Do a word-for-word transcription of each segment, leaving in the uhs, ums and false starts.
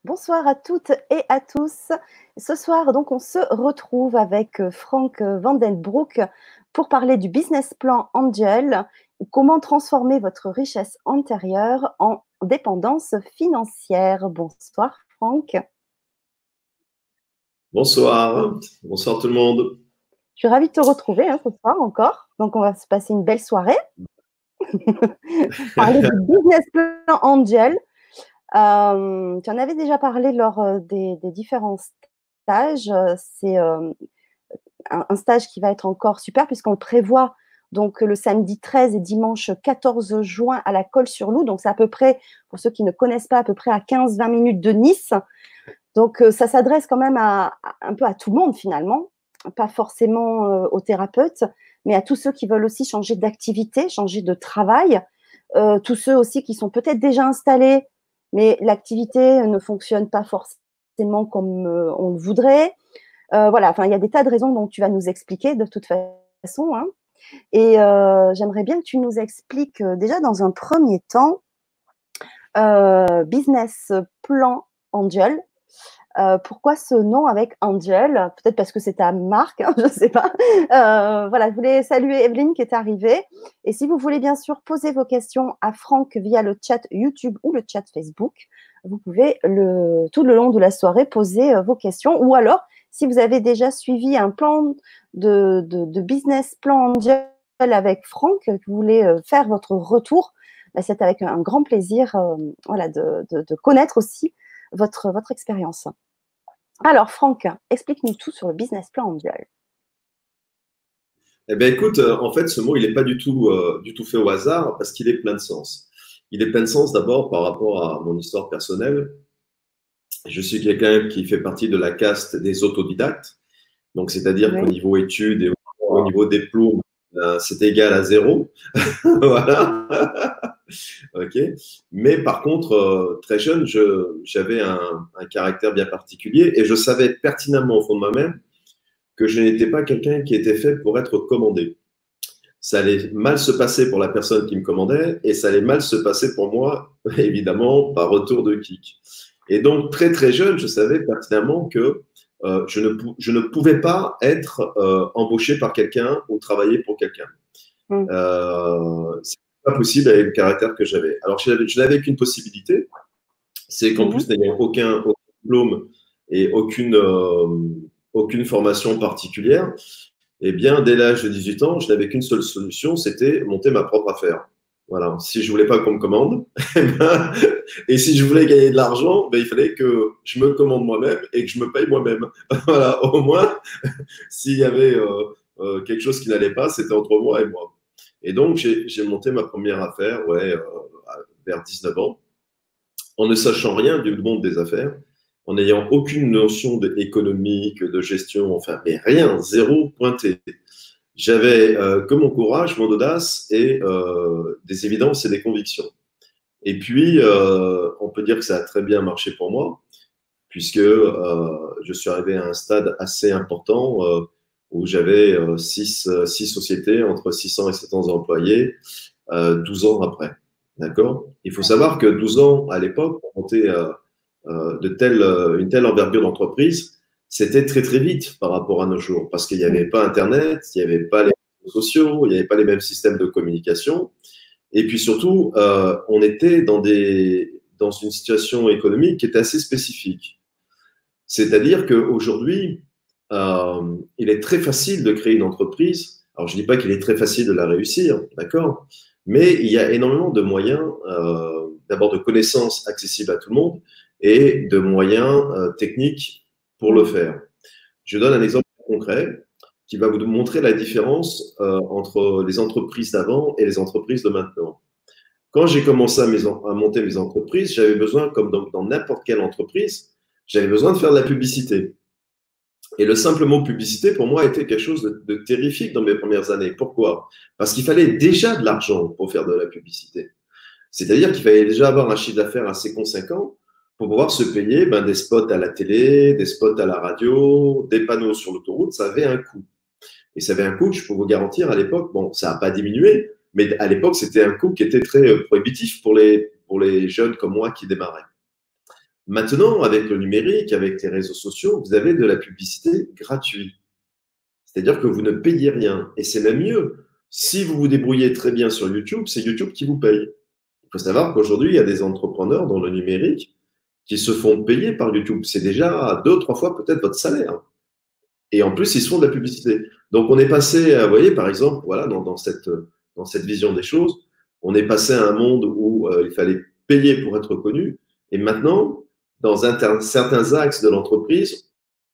Bonsoir à toutes et à tous. Ce soir, donc, on se retrouve avec Frank Vandenbroek pour parler du business plan Angel, comment transformer votre richesse antérieure en dépendance financière. Bonsoir Frank. Bonsoir, bonsoir tout le monde. Je suis ravie de te retrouver hein, ce soir encore. Donc, on va se passer une belle soirée. Parler du business plan Angel. Euh, tu en avais déjà parlé lors euh, des, des différents stages. C'est euh, un, un stage qui va être encore super puisqu'on le prévoit donc le samedi treize et dimanche quatorze juin à la Colle-sur-Loup. Donc, c'est à peu près, pour ceux qui ne connaissent pas, à peu près à quinze vingt minutes de Nice. Donc, euh, ça s'adresse quand même à, à, un peu à tout le monde finalement, pas forcément euh, aux thérapeutes, mais à tous ceux qui veulent aussi changer d'activité, changer de travail, euh, tous ceux aussi qui sont peut-être déjà installés, mais l'activité ne fonctionne pas forcément comme euh, on le voudrait. Euh, voilà, enfin, il y a des tas de raisons dont tu vas nous expliquer de toute façon. Hein. Et euh, j'aimerais bien que tu nous expliques euh, déjà dans un premier temps euh, Business Plan Angel. Euh, pourquoi ce nom avec Angel? Peut-être parce que c'est ta marque, hein, je ne sais pas. Euh, voilà, je voulais saluer Evelyne qui est arrivée. Et si vous voulez bien sûr poser vos questions à Franck via le chat YouTube ou le chat Facebook, vous pouvez le, tout le long de la soirée poser euh, vos questions. Ou alors, si vous avez déjà suivi un plan de, de, de business plan Angel avec Franck, que vous voulez euh, faire votre retour, bah, c'est avec un grand plaisir euh, voilà, de, de, de connaître aussi votre, votre expérience. Alors, Franck, explique-nous tout sur le business plan Angel. Eh bien, écoute, euh, en fait, ce mot, il n'est pas du tout, euh, du tout fait au hasard parce qu'il est plein de sens. Il est plein de sens d'abord par rapport à mon histoire personnelle. Je suis quelqu'un qui fait partie de la caste des autodidactes. Donc, c'est-à-dire Oui. qu'au niveau études et au niveau diplôme, euh, c'est égal à zéro. Voilà. Ok. Mais par contre, euh, très jeune, je, j'avais un, un caractère bien particulier et je savais pertinemment au fond de moi-même que je n'étais pas quelqu'un qui était fait pour être commandé. Ça allait mal se passer pour la personne qui me commandait et ça allait mal se passer pour moi, évidemment, par retour de kick. Et donc, très très jeune, je savais pertinemment que euh, je, ne je ne pouvais pas être euh, embauché par quelqu'un ou travailler pour quelqu'un. Mm. Euh, c'est pas possible avec le caractère que j'avais. Alors, je n'avais, je n'avais qu'une possibilité, c'est qu'en mm-hmm. plus, n'ayant aucun, aucun diplôme et aucune, euh, aucune formation particulière, eh bien, dès l'âge de dix-huit ans, je n'avais qu'une seule solution, c'était monter ma propre affaire. Voilà. Si je voulais pas qu'on me commande, et si je voulais gagner de l'argent, ben, il fallait que je me commande moi-même et que je me paye moi-même. Voilà. Au moins, s'il y avait euh, euh, quelque chose qui n'allait pas, c'était entre moi et moi. Et donc, j'ai, j'ai monté ma première affaire, ouais, euh, vers dix-neuf ans, en ne sachant rien du monde des affaires, en n'ayant aucune notion de économique, de gestion, enfin, mais rien, zéro pointé. J'avais euh, que mon courage, mon audace et euh, des évidences et des convictions. Et puis, euh, on peut dire que ça a très bien marché pour moi, puisque euh, je suis arrivé à un stade assez important euh, où j'avais euh, six, six sociétés, entre six cents et sept cents employés, euh, douze ans après. D'accord? Il faut savoir que douze ans à l'époque, pour monter euh, euh, de telle, une telle envergure d'entreprise, c'était très très vite par rapport à nos jours, parce qu'il n'y avait pas Internet, il n'y avait pas les réseaux sociaux, il n'y avait pas les mêmes systèmes de communication, et puis surtout, euh, on était dans, des, dans une situation économique qui était assez spécifique. C'est-à-dire qu'aujourd'hui, euh, il est très facile de créer une entreprise. Alors, je ne dis pas qu'il est très facile de la réussir, d'accord, mais il y a énormément de moyens, euh, d'abord de connaissances accessibles à tout le monde et de moyens euh, techniques pour le faire. Je donne un exemple concret qui va vous montrer la différence euh, entre les entreprises d'avant et les entreprises de maintenant. Quand j'ai commencé à, mes, à monter mes entreprises, j'avais besoin, comme dans, dans n'importe quelle entreprise, j'avais besoin de faire de la publicité. Et le simple mot publicité, pour moi, était quelque chose de, de terrifique dans mes premières années. Pourquoi? Parce qu'il fallait déjà de l'argent pour faire de la publicité. C'est-à-dire qu'il fallait déjà avoir un chiffre d'affaires assez conséquent pour pouvoir se payer ben, des spots à la télé, des spots à la radio, des panneaux sur l'autoroute. Ça avait un coût. Et ça avait un coût, je peux vous garantir, à l'époque, bon, ça n'a pas diminué, mais à l'époque, c'était un coût qui était très prohibitif pour les, pour les jeunes comme moi qui démarraient. Maintenant, avec le numérique, avec les réseaux sociaux, vous avez de la publicité gratuite. C'est-à-dire que vous ne payez rien. Et c'est même mieux. Si vous vous débrouillez très bien sur YouTube, c'est YouTube qui vous paye. Il faut savoir qu'aujourd'hui, il y a des entrepreneurs dans le numérique qui se font payer par YouTube. C'est déjà deux, trois fois peut-être votre salaire. Et en plus, ils se font de la publicité. Donc, on est passé, vous voyez, par exemple, voilà, dans, dans, cette, dans cette vision des choses, on est passé à un monde où euh, il fallait payer pour être connu. Et maintenant, dans un, certains axes de l'entreprise,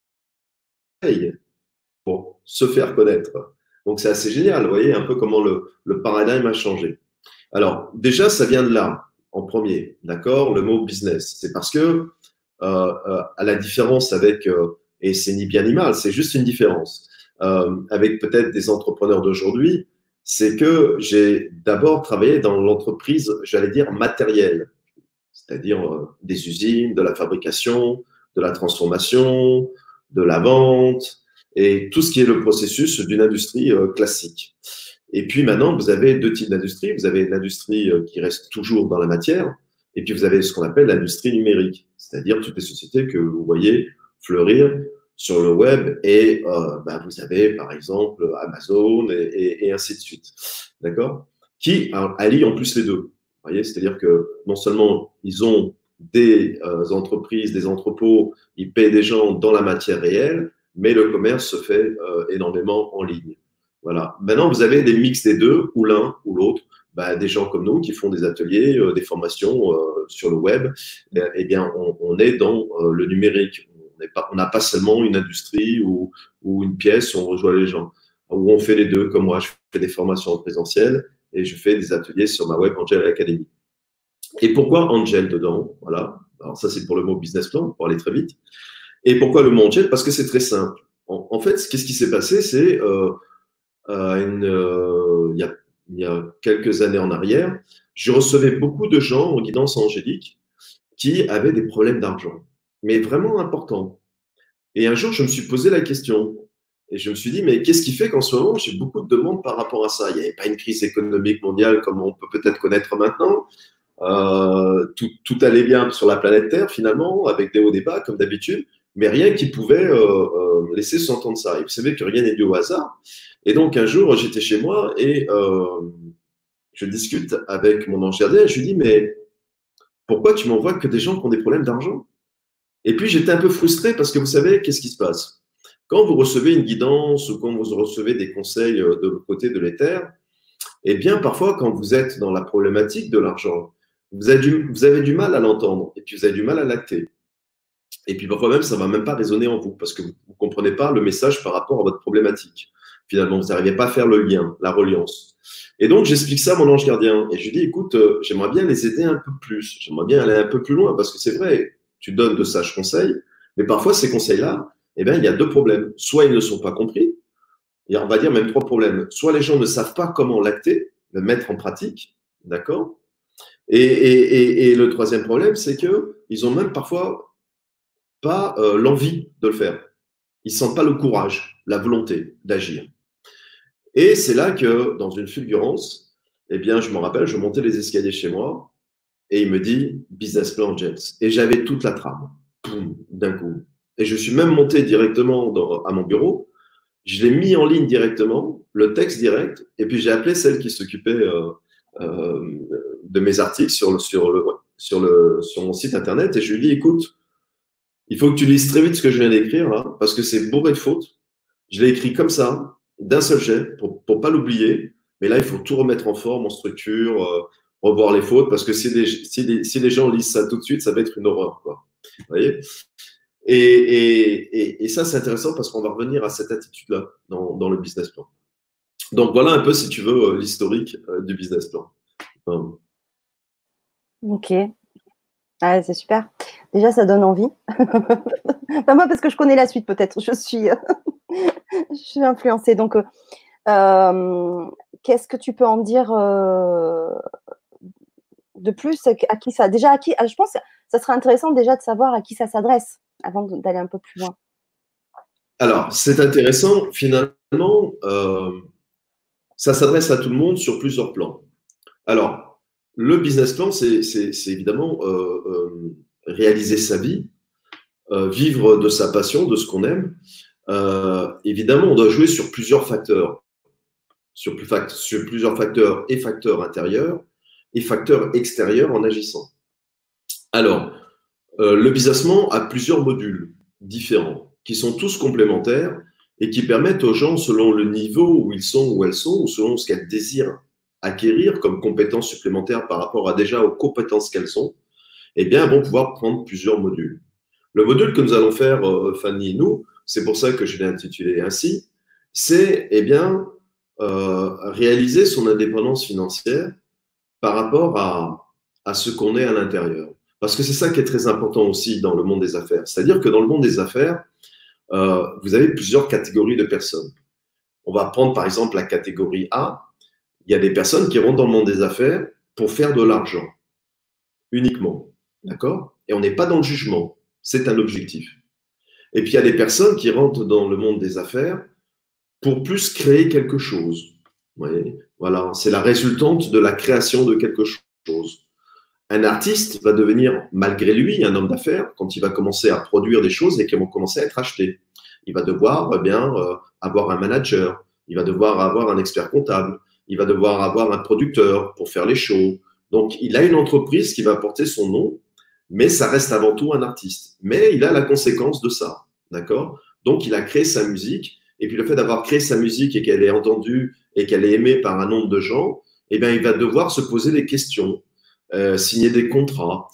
on paye pour se faire connaître. Donc, c'est assez génial, vous voyez, un peu comment le, le paradigme a changé. Alors, déjà, ça vient de là, en premier, d'accord, le mot business. C'est parce que, euh, euh, à la différence avec, euh, et c'est ni bien ni mal, c'est juste une différence, euh, avec peut-être des entrepreneurs d'aujourd'hui, c'est que j'ai d'abord travaillé dans l'entreprise, j'allais dire, matérielle, c'est-à-dire euh, des usines, de la fabrication, de la transformation, de la vente, et tout ce qui est le processus d'une industrie euh, classique. Et puis maintenant, vous avez deux types d'industries. Vous avez l'industrie qui reste toujours dans la matière, et puis vous avez ce qu'on appelle l'industrie numérique, c'est-à-dire toutes les sociétés que vous voyez fleurir sur le web, et euh, ben, vous avez par exemple Amazon et, et, et ainsi de suite, d'accord, qui allient en plus les deux. Vous voyez, c'est-à-dire que non seulement ils ont des euh, entreprises, des entrepôts, ils paient des gens dans la matière réelle, mais le commerce se fait euh, énormément en ligne. Voilà. Maintenant, vous avez des mix des deux, ou l'un ou l'autre. Bah, des gens comme nous qui font des ateliers, euh, des formations euh, sur le web. Eh, eh bien, on, on est dans euh, le numérique. On n'a pas seulement une industrie ou, ou une pièce où on rejoint les gens. Où on fait les deux, comme moi, je fais des formations en présentiel et je fais des ateliers sur ma web Angel Academy. Et pourquoi Angel dedans? Voilà. Alors ça, c'est pour le mot business plan, pour aller très vite. Et pourquoi le mot Angel? Parce que c'est très simple. En, en fait, qu'est-ce qui s'est passé? C'est euh, Euh, une, euh, il, y a, il y a quelques années en arrière, je recevais beaucoup de gens en guidance angélique qui avaient des problèmes d'argent, mais vraiment importants. Et un jour, je me suis posé la question et je me suis dit, mais qu'est-ce qui fait qu'en ce moment, j'ai beaucoup de demandes par rapport à ça? Il n'y avait pas une crise économique mondiale comme on peut peut-être connaître maintenant. Euh, tout, tout allait bien sur la planète Terre, finalement, avec des hauts et des bas, comme d'habitude, mais rien qui pouvait euh, euh, laisser s'entendre ça. Et vous savez que rien n'est dû au hasard. Et donc, un jour, j'étais chez moi et euh, je discute avec mon ange gardien et je lui dis, mais pourquoi tu m'envoies que des gens qui ont des problèmes d'argent? Et puis, j'étais un peu frustré parce que vous savez, qu'est-ce qui se passe? Quand vous recevez une guidance ou quand vous recevez des conseils de l'autre côté de l'éther, eh bien, parfois, quand vous êtes dans la problématique de l'argent, vous avez, du, vous avez du mal à l'entendre et puis vous avez du mal à l'acter. Et puis parfois même, ça ne va même pas résonner en vous parce que vous ne comprenez pas le message par rapport à votre problématique. Finalement, vous n'arrivez pas à faire le lien, la reliance. Et donc, j'explique ça à mon ange gardien. Et je lui dis, écoute, euh, j'aimerais bien les aider un peu plus. J'aimerais bien aller un peu plus loin parce que c'est vrai, tu donnes de sages conseils, mais parfois, ces conseils-là, eh bien, il y a deux problèmes. Soit ils ne sont pas compris, et on va dire même trois problèmes. Soit les gens ne savent pas comment l'acter, le mettre en pratique, d'accord, et, et, et, et le troisième problème, c'est qu'ils ont même parfois pas euh, l'envie de le faire. Ils ne sentent pas le courage, la volonté d'agir. Et c'est là que, dans une fulgurance, eh bien, je me rappelle, je montais les escaliers chez moi et il me dit business plan James. Et j'avais toute la trame, d'un coup. Et je suis même monté directement dans, à mon bureau. Je l'ai mis en ligne directement, le texte direct, et puis j'ai appelé celle qui s'occupait euh, euh, de mes articles sur, le, sur, le, sur, le, sur mon site internet et je lui ai dit, écoute, il faut que tu lises très vite ce que je viens d'écrire là, parce que c'est bourré de fautes. Je l'ai écrit comme ça, d'un seul jet, pour ne pas l'oublier, mais là, il faut tout remettre en forme, en structure, euh, revoir les fautes, parce que si les, si, les, si les gens lisent ça tout de suite, ça va être une horreur, quoi. Vous voyez? Et, et, et, et ça, c'est intéressant parce qu'on va revenir à cette attitude-là dans, dans le business plan. Donc, voilà un peu, si tu veux, l'historique du business plan. Enfin, ok. Ah, c'est super. Déjà, ça donne envie. Enfin, moi, parce que je connais la suite, peut-être. Je suis, je suis influencée. Donc, euh, qu'est-ce que tu peux en dire euh, de plus? À qui ça Déjà, à qui je pense que ça serait intéressant déjà de savoir à qui ça s'adresse avant d'aller un peu plus loin. Alors, c'est intéressant. Finalement, euh, ça s'adresse à tout le monde sur plusieurs plans. Alors, le business plan, c'est évidemment euh, euh, réaliser sa vie, euh, vivre de sa passion, de ce qu'on aime, euh, évidemment, on doit jouer sur plusieurs facteurs, sur, plus fact sur plusieurs facteurs et facteurs intérieurs et facteurs extérieurs en agissant. Alors, euh, le bisassement a plusieurs modules différents qui sont tous complémentaires et qui permettent aux gens, selon le niveau où ils sont, où elles sont, ou selon ce qu'elles désirent acquérir comme compétences supplémentaires par rapport à déjà aux compétences qu'elles ont, eh bien, vont pouvoir prendre plusieurs modules. Le module que nous allons faire, euh, Fanny et nous, c'est pour ça que je l'ai intitulé ainsi, c'est eh bien euh, réaliser son indépendance financière par rapport à, à ce qu'on est à l'intérieur. Parce que c'est ça qui est très important aussi dans le monde des affaires. C'est-à-dire que dans le monde des affaires, euh, vous avez plusieurs catégories de personnes. On va prendre par exemple la catégorie A. Il y a des personnes qui rentrent dans le monde des affaires pour faire de l'argent, uniquement. D'accord? Et on n'est pas dans le jugement. C'est un objectif. Et puis il y a des personnes qui rentrent dans le monde des affaires pour plus créer quelque chose. Vous voyez? Voilà, c'est la résultante de la création de quelque chose. Un artiste va devenir, malgré lui, un homme d'affaires quand il va commencer à produire des choses et qui vont commencer à être achetées. Il va devoir eh bien, euh, avoir un manager, il va devoir avoir un expert comptable, il va devoir avoir un producteur pour faire les shows. Donc, il a une entreprise qui va porter son nom, mais ça reste avant tout un artiste. Mais il a la conséquence de ça, d'accord? Donc, il a créé sa musique, et puis le fait d'avoir créé sa musique et qu'elle est entendue et qu'elle est aimée par un nombre de gens, eh bien, il va devoir se poser des questions. Euh, signer des contrats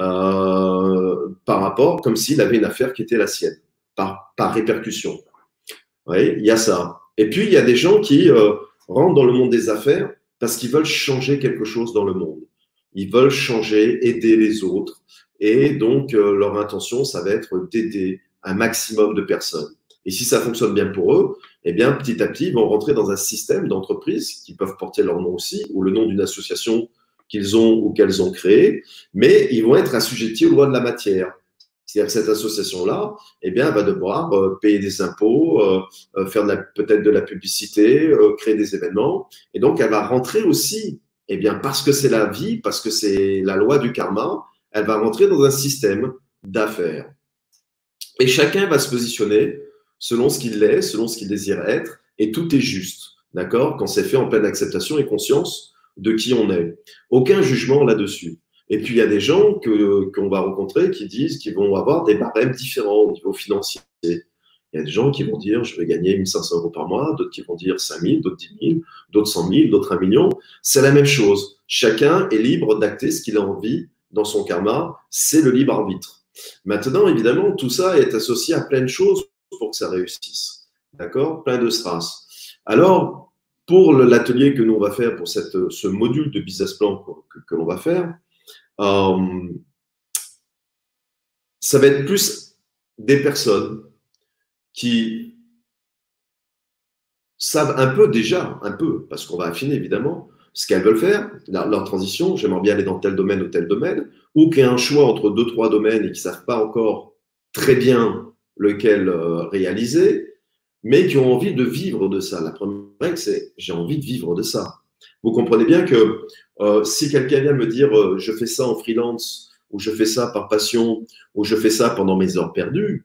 euh, par rapport, comme s'il avait une affaire qui était la sienne, par, par répercussion. Oui, il y a ça. Et puis, il y a des gens qui euh, rentrent dans le monde des affaires parce qu'ils veulent changer quelque chose dans le monde. Ils veulent changer, aider les autres. Et donc, euh, leur intention, ça va être d'aider un maximum de personnes. Et si ça fonctionne bien pour eux, eh bien, petit à petit, ils vont rentrer dans un système d'entreprise qui peuvent porter leur nom aussi, ou le nom d'une association qu'ils ont ou qu'elles ont créé, mais ils vont être assujettis aux lois de la matière. C'est-à-dire que cette association-là, eh bien, va devoir euh, payer des impôts, euh, faire peut-être de la publicité, euh, créer des événements, et donc elle va rentrer aussi, eh bien, parce que c'est la vie, parce que c'est la loi du karma, elle va rentrer dans un système d'affaires. Et chacun va se positionner selon ce qu'il est, selon ce qu'il désire être, et tout est juste, d'accord, quand c'est fait en pleine acceptation et conscience de qui on est. Aucun jugement là-dessus. Et puis, il y a des gens que, qu'on va rencontrer qui disent qu'ils vont avoir des barèmes différents au niveau financier. Il y a des gens qui vont dire, je vais gagner mille cinq cents euros par mois, d'autres qui vont dire cinq mille, d'autres dix mille, d'autres cent mille, d'autres un million. C'est la même chose. Chacun est libre d'acter ce qu'il a envie dans son karma. C'est le libre arbitre. Maintenant, évidemment, tout ça est associé à plein de choses pour que ça réussisse. D'accord? Plein de strass. Alors, pour l'atelier que nous on va faire, pour cette, ce module de business plan que, que l'on va faire, euh, ça va être plus des personnes qui savent un peu déjà, un peu, parce qu'on va affiner évidemment, ce qu'elles veulent faire, leur, leur transition, j'aimerais bien aller dans tel domaine ou tel domaine, ou qu'il y ait un choix entre deux, trois domaines et qui ne savent pas encore très bien lequel euh, réaliser, mais qui ont envie de vivre de ça. La première règle, c'est j'ai envie de vivre de ça. Vous comprenez bien que euh, si quelqu'un vient me dire euh, je fais ça en freelance, ou je fais ça par passion, ou je fais ça pendant mes heures perdues,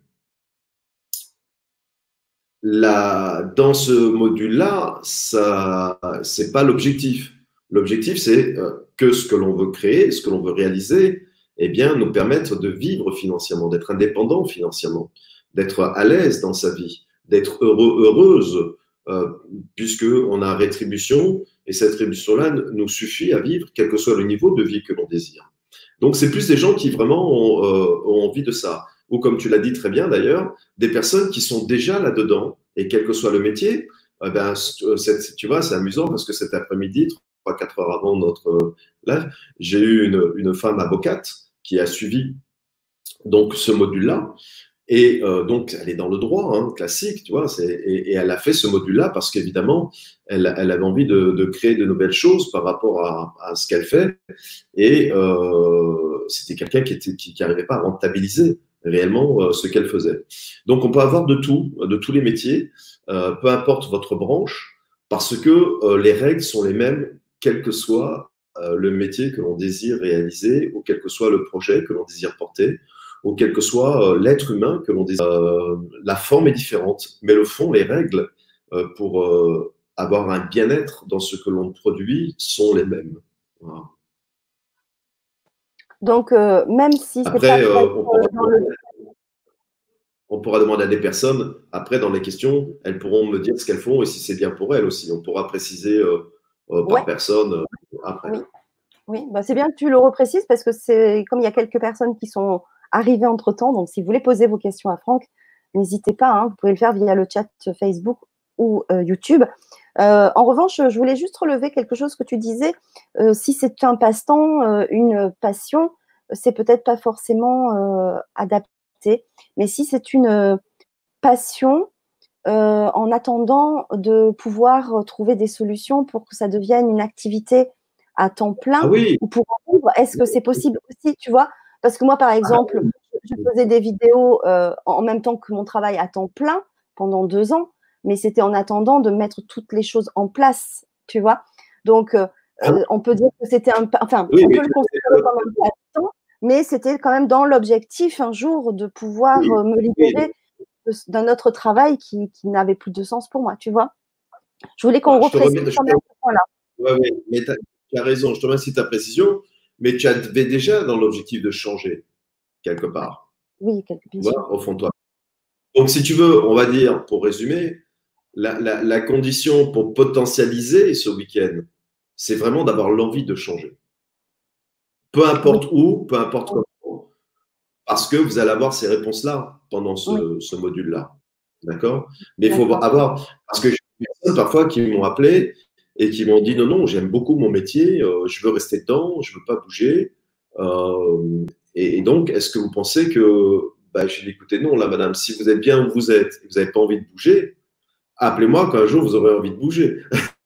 là, dans ce module-là, ça, c'est pas l'objectif. L'objectif, c'est euh, que ce que l'on veut créer, ce que l'on veut réaliser, eh bien, nous permettre de vivre financièrement, d'être indépendant financièrement, d'être à l'aise dans sa vie, d'être heureux, heureuse, euh, puisqu'on a rétribution, et cette rétribution-là nous suffit à vivre, quel que soit le niveau de vie que l'on désire. Donc, c'est plus des gens qui vraiment ont, euh, ont envie de ça. Ou comme tu l'as dit très bien d'ailleurs, des personnes qui sont déjà là-dedans, et quel que soit le métier, euh, ben, tu vois, c'est amusant parce que cet après-midi, trois quatre heures avant notre live, j'ai eu une, une femme avocate qui a suivi donc ce module-là. Et euh, donc, elle est dans le droit, hein, classique, tu vois, c'est, et, et elle a fait ce module-là parce qu'évidemment, elle, elle avait envie de, de créer de nouvelles choses par rapport à, à ce qu'elle fait. Et euh, c'était quelqu'un qui n'arrivait qui, qui pas à rentabiliser réellement euh, ce qu'elle faisait. Donc, on peut avoir de tout, de tous les métiers, euh, peu importe votre branche, parce que euh, les règles sont les mêmes, quel que soit euh, le métier que l'on désire réaliser, ou quel que soit le projet que l'on désire porter, ou quel que soit euh, l'être humain que l'on désire. Euh, la forme est différente, mais le fond, les règles euh, pour euh, avoir un bien-être dans ce que l'on produit sont les mêmes. Voilà. Donc, euh, même si c'est Après, pas euh, on, pourra dans le... on pourra demander à des personnes, après, dans les questions, elles pourront me dire ce qu'elles font et si c'est bien pour elles aussi. On pourra préciser euh, euh, par Ouais. personne euh, après. Oui, oui. Bah, c'est bien que tu le reprécises parce que c'est comme il y a quelques personnes qui sont arrivées entre-temps. Donc, si vous voulez poser vos questions à Franck, n'hésitez pas. Hein, vous pouvez le faire via le chat Facebook ou euh, YouTube. Euh, en revanche, je voulais juste relever quelque chose que tu disais. Euh, si c'est un passe-temps, euh, une passion, c'est peut-être pas forcément euh, adapté. Mais si c'est une passion, euh, en attendant de pouvoir trouver des solutions pour que ça devienne une activité à temps plein Ah oui. ou pour en vivre, est-ce que c'est possible aussi, tu vois? Parce que moi, par exemple, je faisais des vidéos euh, en même temps que mon travail à temps plein pendant deux ans, mais c'était en attendant de mettre toutes les choses en place, tu vois. Donc, euh, euh, on peut dire que c'était un, enfin, Oui, on oui, peut le considérer comme un passe-temps, mais c'était quand même dans l'objectif un jour de pouvoir oui, euh, me libérer d'un autre travail qui, qui n'avait plus de sens pour moi, tu vois. Je voulais qu'on bah, je te reprécise remets, je quand te... même ce point-là. Ouais, ouais, mais tu as raison, je te remercie de ta précision, mais tu avais déjà dans l'objectif de changer, quelque part, Oui, quelque, bien tu sûr. vois, au fond de toi. Donc, si tu veux, on va dire, pour résumer, la, la, la condition pour potentialiser ce week-end, c'est vraiment d'avoir l'envie de changer. Peu Oui. importe où, peu importe comment, parce que vous allez avoir ces réponses-là pendant ce, Oui. ce module-là. D'accord? Mais il faut D'accord. avoir, parce que j'ai des personnes parfois qui m'ont appelé et qui m'ont dit non, non, j'aime beaucoup mon métier, euh, je veux rester dedans, je veux pas bouger. Euh, et, et donc, est-ce que vous pensez que, bah, j'ai dit, écoutez, non, là, madame, si vous êtes bien où vous êtes et que vous n'avez pas envie de bouger, appelez-moi quand un jour vous aurez envie de bouger.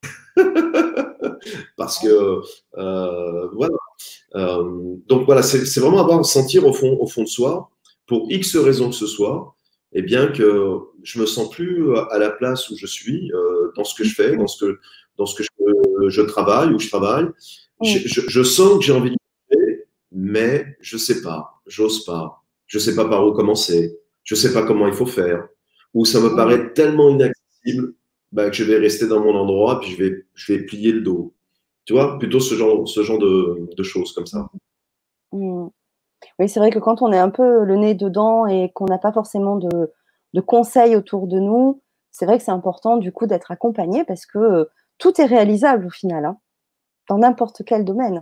Parce que, euh, voilà. Euh, donc voilà, c'est c'est vraiment avoir sentir au fond, au fond de soi, pour X raisons que ce soit, et bien que je me sens plus à la place où je suis, euh, dans ce que je fais, dans ce que, dans ce que je, je travaille, où je travaille. Je, Oui. je, je sens que j'ai envie de faire, mais je sais pas, j'ose pas, je sais pas par où commencer, je sais pas comment il faut faire, ou ça me Oui. paraît tellement inaccessible bah, que je vais rester dans mon endroit, puis je vais, je vais plier le dos. Tu vois, plutôt ce genre, ce genre de, de choses comme ça. Mm. Oui, c'est vrai que quand on est un peu le nez dedans et qu'on n'a pas forcément de, de conseils autour de nous, c'est vrai que c'est important du coup d'être accompagné parce que euh, tout est réalisable au final, hein, dans n'importe quel domaine.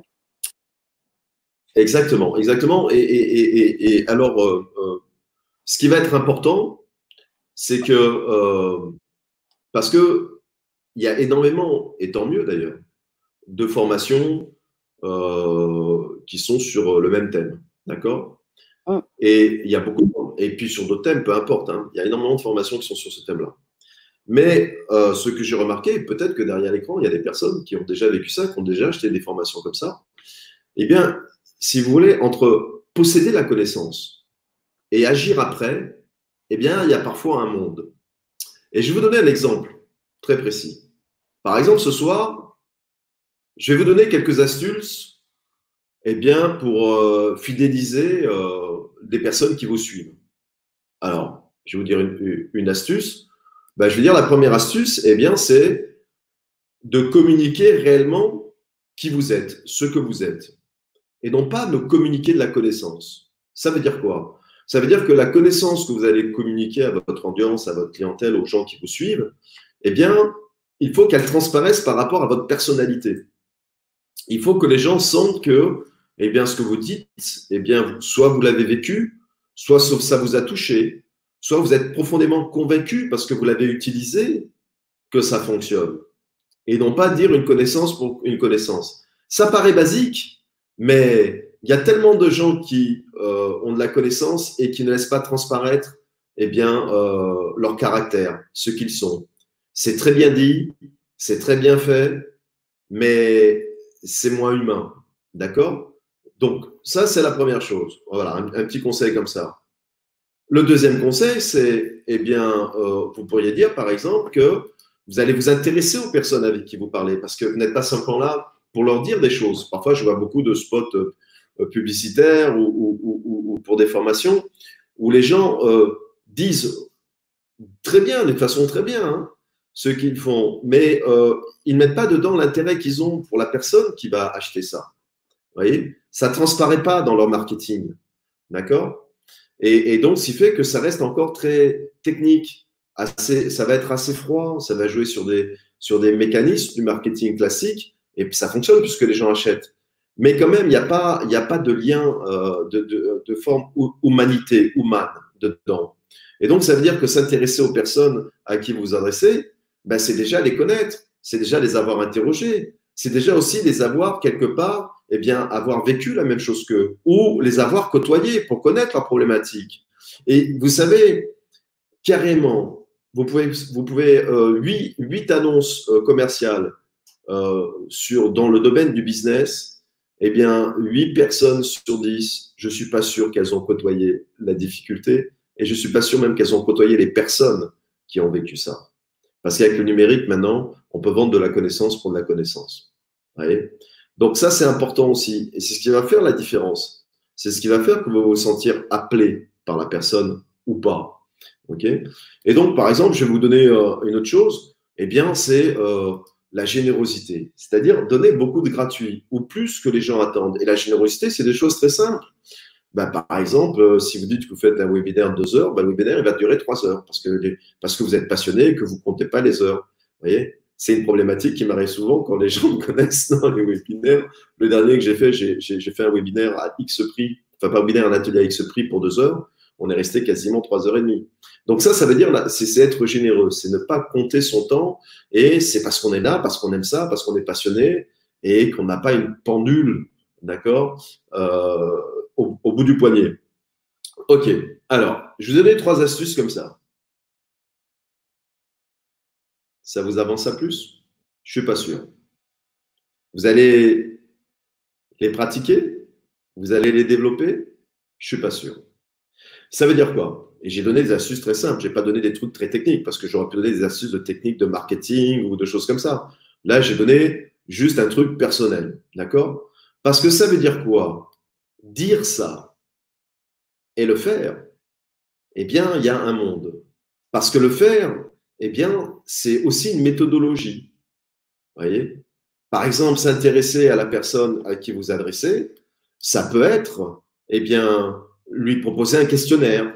Exactement, exactement. Et, et, et, et alors, euh, euh, ce qui va être important, c'est que, euh, parce que il y a énormément, et tant mieux d'ailleurs, de formations euh, qui sont sur le même thème. D'accord? Mm. Et il y a beaucoup, de, et puis sur d'autres thèmes, peu importe, hein, il y a énormément de formations qui sont sur ce thème-là. Mais euh, ce que j'ai remarqué, peut-être que derrière l'écran, il y a des personnes qui ont déjà vécu ça, qui ont déjà acheté des formations comme ça. Eh bien, si vous voulez, entre posséder la connaissance et agir après, eh bien, il y a parfois un monde. Et je vais vous donner un exemple très précis. Par exemple, ce soir, je vais vous donner quelques astuces eh bien, pour euh, fidéliser euh, des personnes qui vous suivent. Alors, je vais vous dire une, une astuce. Ben, je vais dire la première astuce, eh bien, c'est de communiquer réellement qui vous êtes, ce que vous êtes, et non pas de communiquer de la connaissance. Ça veut dire quoi? Ça veut dire que la connaissance que vous allez communiquer à votre audience, à votre clientèle, aux gens qui vous suivent, eh bien, il faut qu'elle transparaisse par rapport à votre personnalité. Il faut que les gens sentent que, eh bien, ce que vous dites, eh bien, soit vous l'avez vécu, soit ça vous a touché, soit vous êtes profondément convaincu parce que vous l'avez utilisé que ça fonctionne. Et non pas dire une connaissance pour une connaissance. Ça paraît basique, mais il y a tellement de gens qui euh, ont de la connaissance et qui ne laissent pas transparaître eh bien, euh, leur caractère, ce qu'ils sont. C'est très bien dit, c'est très bien fait, mais c'est moins humain. D'accord? Donc, ça, c'est la première chose. Voilà, un, un petit conseil comme ça. Le deuxième conseil, c'est, eh bien, euh, vous pourriez dire, par exemple, que vous allez vous intéresser aux personnes avec qui vous parlez, parce que vous n'êtes pas simplement là pour leur dire des choses. Parfois, je vois beaucoup de spots euh, publicitaires ou, ou, ou, ou, pour des formations où les gens euh, disent très bien, de façon très bien, hein, ce qu'ils font, mais euh, ils ne mettent pas dedans l'intérêt qu'ils ont pour la personne qui va acheter ça. Vous voyez, ça ne transparaît pas dans leur marketing. D'accord? Et, et donc, ce qui fait que ça reste encore très technique. Assez, ça va être assez froid, ça va jouer sur des, sur des mécanismes du marketing classique, et puis ça fonctionne puisque les gens achètent. Mais quand même, il n'y a, pas, il y a pas de lien euh, de, de, de forme humanité, humaine dedans. Et donc, ça veut dire que s'intéresser aux personnes à qui vous vous adressez, ben, c'est déjà les connaître, c'est déjà les avoir interrogés, c'est déjà aussi les avoir quelque part, eh bien, avoir vécu la même chose qu'eux, ou les avoir côtoyés pour connaître leurs problématiques. Et vous savez, carrément, vous pouvez, vous pouvez euh, huit, huit annonces euh, commerciales euh, sur, dans le domaine du business, eh bien, huit personnes sur dix, je ne suis pas sûr qu'elles ont côtoyé la difficulté, et je ne suis pas sûr même qu'elles ont côtoyé les personnes qui ont vécu ça. Parce qu'avec le numérique, maintenant, on peut vendre de la connaissance pour de la connaissance. Vous voyez? Donc ça, c'est important aussi. Et c'est ce qui va faire la différence. C'est ce qui va faire que vous vous sentir appelé par la personne ou pas. Okay? Et donc, par exemple, je vais vous donner euh, une autre chose. Eh bien, c'est euh, la générosité. C'est-à-dire donner beaucoup de gratuit ou plus que les gens attendent. Et la générosité, c'est des choses très simples. Ben, par exemple, euh, si vous dites que vous faites un webinaire de deux heures, ben, le webinaire il va durer trois heures parce que, les, parce que vous êtes passionné et que vous ne comptez pas les heures. Vous voyez, c'est une problématique qui m'arrive souvent quand les gens me connaissent dans les webinaires. Le dernier que j'ai fait, j'ai, j'ai, j'ai fait un webinaire à X prix, enfin pas un webinaire, un atelier à X prix pour deux heures. On est resté quasiment trois heures et demie. Donc ça, ça veut dire, c'est, c'est être généreux, c'est ne pas compter son temps et c'est parce qu'on est là, parce qu'on aime ça, parce qu'on est passionné et qu'on n'a pas une pendule, d'accord, euh, Au, au bout du poignet. Ok, alors, je vous ai donné trois astuces comme ça. Ça vous avance à plus? Je ne suis pas sûr. Vous allez les pratiquer? Vous allez les développer? Je ne suis pas sûr. Ça veut dire quoi? Et j'ai donné des astuces très simples. Je n'ai pas donné des trucs très techniques parce que j'aurais pu donner des astuces de techniques de marketing ou de choses comme ça. Là, j'ai donné juste un truc personnel. D'accord? Parce que ça veut dire quoi? Dire ça et le faire, eh bien, il y a un monde. Parce que le faire, eh bien, c'est aussi une méthodologie. Vous voyez? Par exemple, s'intéresser à la personne à qui vous adressez, ça peut être, eh bien, lui proposer un questionnaire.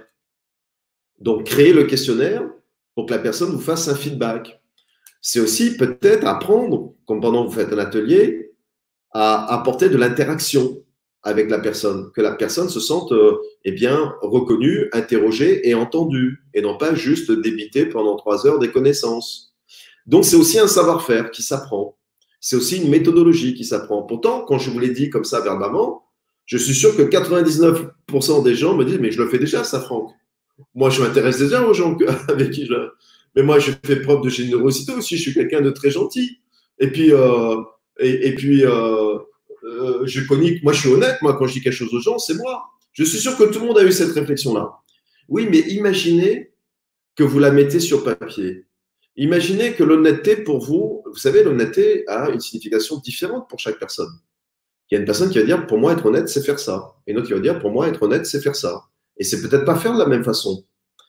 Donc, créer le questionnaire pour que la personne vous fasse un feedback. C'est aussi peut-être apprendre, comme pendant que vous faites un atelier, à apporter de l'interaction avec la personne, que la personne se sente euh, eh bien, reconnue, interrogée et entendue, et non pas juste débiter pendant trois heures des connaissances. Donc, c'est aussi un savoir-faire qui s'apprend. C'est aussi une méthodologie qui s'apprend. Pourtant, quand je vous l'ai dit comme ça verbalement, je suis sûr que quatre-vingt-dix-neuf pour cent des gens me disent « Mais je le fais déjà, ça, Franck. Moi, je m'intéresse déjà aux gens avec qui je… Mais moi, je fais preuve de générosité aussi. Je suis quelqu'un de très gentil. Et puis, euh, et, et puis euh, euh, je connais, moi, je suis honnête. Moi, quand je dis quelque chose aux gens, c'est moi. Je suis sûr que tout le monde a eu cette réflexion-là. Oui, mais imaginez que vous la mettez sur papier. Imaginez que l'honnêteté, pour vous, vous savez, l'honnêteté a une signification différente pour chaque personne. Il y a une personne qui va dire, pour moi, être honnête, c'est faire ça. Et une autre qui va dire, pour moi, être honnête, c'est faire ça. Et c'est peut-être pas faire de la même façon.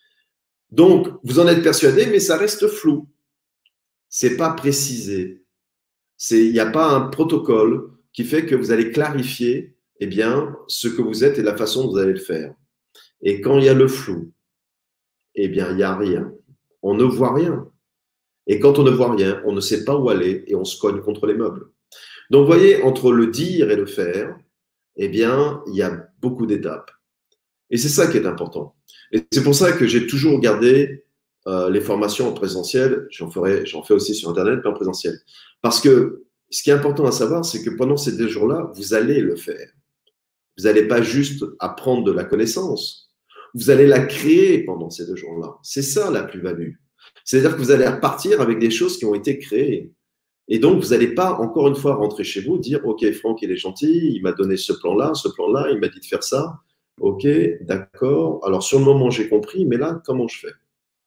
Donc, vous en êtes persuadé, mais ça reste flou. C'est pas précisé. C'est, il n'y a pas un protocole qui fait que vous allez clarifier, eh bien, ce que vous êtes et la façon dont vous allez le faire. Et quand il y a le flou, eh bien, il n'y a rien. On ne voit rien. Et quand on ne voit rien, on ne sait pas où aller et on se cogne contre les meubles. Donc, vous voyez, entre le dire et le faire, eh bien, il y a beaucoup d'étapes. Et c'est ça qui est important. Et c'est pour ça que j'ai toujours gardé euh, les formations en présentiel. J'en ferai, j'en fais aussi sur Internet, mais en présentiel. Parce que ce qui est important à savoir, c'est que pendant ces deux jours-là, vous allez le faire. Vous n'allez pas juste apprendre de la connaissance. Vous allez la créer pendant ces deux jours-là. C'est ça la plus-value. C'est-à-dire que vous allez repartir avec des choses qui ont été créées. Et donc, vous n'allez pas, encore une fois, rentrer chez vous, dire « Ok, Franck, il est gentil, il m'a donné ce plan-là, ce plan-là, il m'a dit de faire ça. Ok, d'accord. Alors, sur le moment, j'ai compris, mais là, comment je fais ?»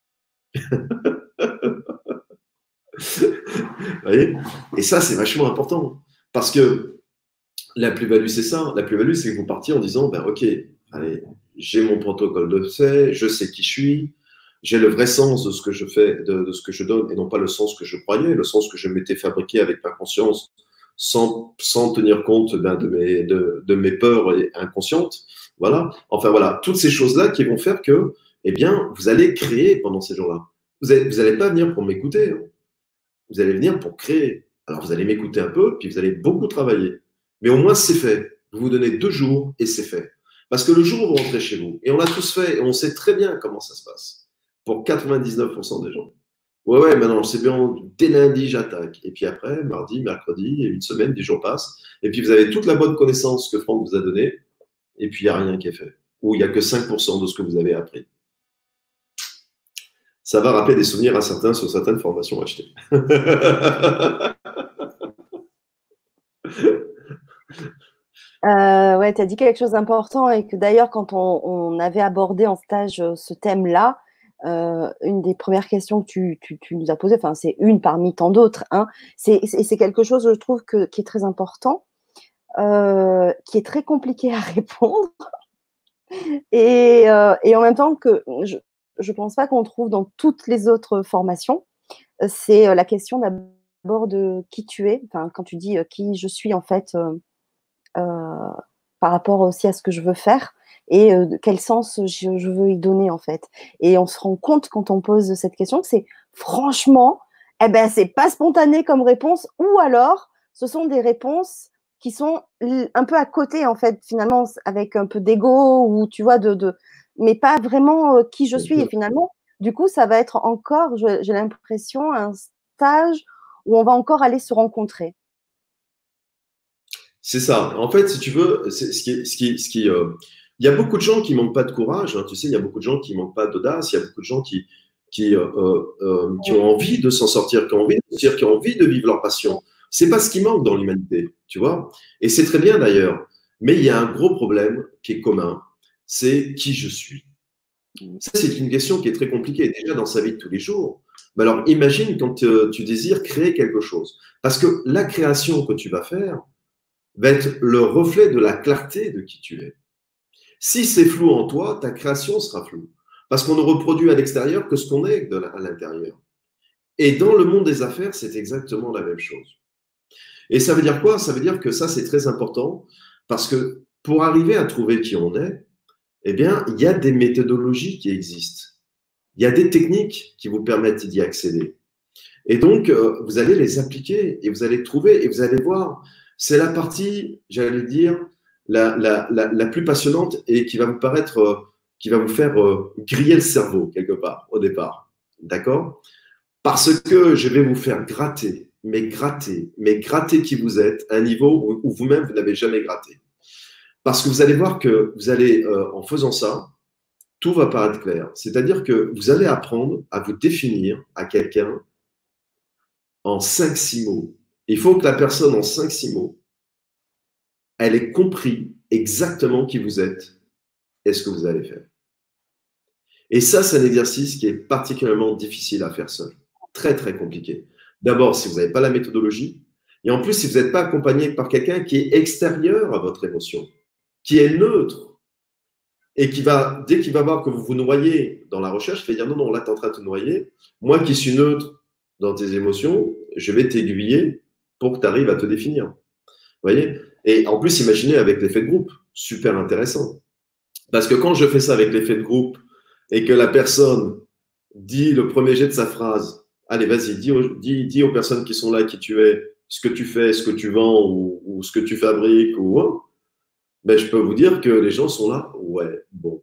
Vous voyez? Et ça, c'est vachement important. Parce que la plus-value, c'est ça. La plus-value, c'est que vous partiez en disant, ben, OK, allez, j'ai mon protocole de fait, je sais qui je suis, j'ai le vrai sens de ce que je fais, de, de ce que je donne, et non pas le sens que je croyais, le sens que je m'étais fabriqué avec ma conscience, sans, sans tenir compte ben, de, mes, de, de mes peurs inconscientes. Voilà. Enfin, voilà. Toutes ces choses-là qui vont faire que, eh bien, vous allez créer pendant ces jours-là. Vous n'allez vous allez pas venir pour m'écouter. Hein. Vous allez venir pour créer. Alors, vous allez m'écouter un peu, puis vous allez beaucoup travailler. Mais au moins, c'est fait. Vous vous donnez deux jours et c'est fait. Parce que le jour où vous rentrez chez vous, et on l'a tous fait, et on sait très bien comment ça se passe, pour quatre-vingt-dix-neuf pour cent des gens. Ouais, ouais, maintenant, c'est bien, dès lundi, j'attaque. Et puis après, mardi, mercredi, et une semaine, dix jours passent. Et puis, vous avez toute la bonne connaissance que Franck vous a donnée, et puis il n'y a rien qui est fait. Ou il n'y a que cinq pour cent de ce que vous avez appris. Ça va rappeler des souvenirs à certains sur certaines formations achetées. Euh, ouais, tu as dit quelque chose d'important et que d'ailleurs, quand on, on avait abordé en stage ce thème-là, euh, une des premières questions que tu, tu, tu nous as posées, enfin, c'est une parmi tant d'autres, hein, c'est, c'est quelque chose, je trouve, que, qui est très important, euh, qui est très compliqué à répondre et, euh, et en même temps que je ne pense pas qu'on trouve dans toutes les autres formations. C'est la question d'abord de qui tu es, enfin, quand tu dis qui je suis en fait. Euh, Euh, par rapport aussi à ce que je veux faire et euh, quel sens je, je veux y donner en fait. Et on se rend compte quand on pose cette question que c'est franchement, eh ben c'est pas spontané comme réponse, ou alors ce sont des réponses qui sont un peu à côté en fait finalement, avec un peu d'ego ou tu vois de, de mais pas vraiment euh, qui je suis. Et finalement, du coup, ça va être encore, je, j'ai l'impression, un stage où on va encore aller se rencontrer. C'est ça. En fait, si tu veux, c'est ce qui, ce qui, ce qui, euh, il y a beaucoup de gens qui manquent pas de courage. Hein, tu sais, il y a beaucoup de gens qui manquent pas d'audace. Il y a beaucoup de gens qui, qui, euh, euh, qui ont envie de s'en sortir, qui ont envie de sortir, qui ont envie de vivre leur passion. C'est pas ce qui manque dans l'humanité, tu vois. Et c'est très bien d'ailleurs. Mais il y a un gros problème qui est commun. C'est qui je suis. Ça, c'est une question qui est très compliquée déjà dans sa vie de tous les jours. Mais alors, imagine quand euh, tu désires créer quelque chose. Parce que la création que tu vas faire va être le reflet de la clarté de qui tu es. Si c'est flou en toi, ta création sera floue. Parce qu'on ne reproduit à l'extérieur que ce qu'on est à l'intérieur. Et dans le monde des affaires, c'est exactement la même chose. Et ça veut dire quoi? Ça veut dire que ça, c'est très important parce que pour arriver à trouver qui on est, eh bien, il y a des méthodologies qui existent. Il y a des techniques qui vous permettent d'y accéder. Et donc, euh, vous allez les appliquer et vous allez trouver et vous allez voir. C'est la partie, j'allais dire, la, la, la, la, plus passionnante et qui va vous paraître, euh, qui va vous faire euh, griller le cerveau quelque part au départ. D'accord? Parce que je vais vous faire gratter, mais gratter, mais gratter qui vous êtes à un niveau où, où vous-même, vous n'avez jamais gratté. Parce que vous allez voir que vous allez, euh, en faisant ça, tout va paraître clair. C'est-à-dire que vous allez apprendre à vous définir à quelqu'un en cinq six mots. Il faut que la personne en cinq six mots, elle ait compris exactement qui vous êtes et ce que vous allez faire. Et ça, c'est un exercice qui est particulièrement difficile à faire seul. Très, très compliqué. D'abord, si vous n'avez pas la méthodologie, et en plus, si vous n'êtes pas accompagné par quelqu'un qui est extérieur à votre émotion, qui est neutre, et qui va, dès qu'il va voir que vous vous noyez dans la recherche, il va dire non, non, là, tu es en train de te noyer. Moi qui suis neutre dans tes émotions, je vais t'aiguiller pour que tu arrives à te définir. Vous voyez? Et en plus, imaginez avec l'effet de groupe, super intéressant. Parce que quand je fais ça avec l'effet de groupe et que la personne dit le premier jet de sa phrase, allez, vas-y, dis, dis, dis aux personnes qui sont là qui tu es, ce que tu fais, ce que tu vends ou, ou ce que tu fabriques, ou hein, ben, je peux vous dire que les gens sont là, ouais, bon.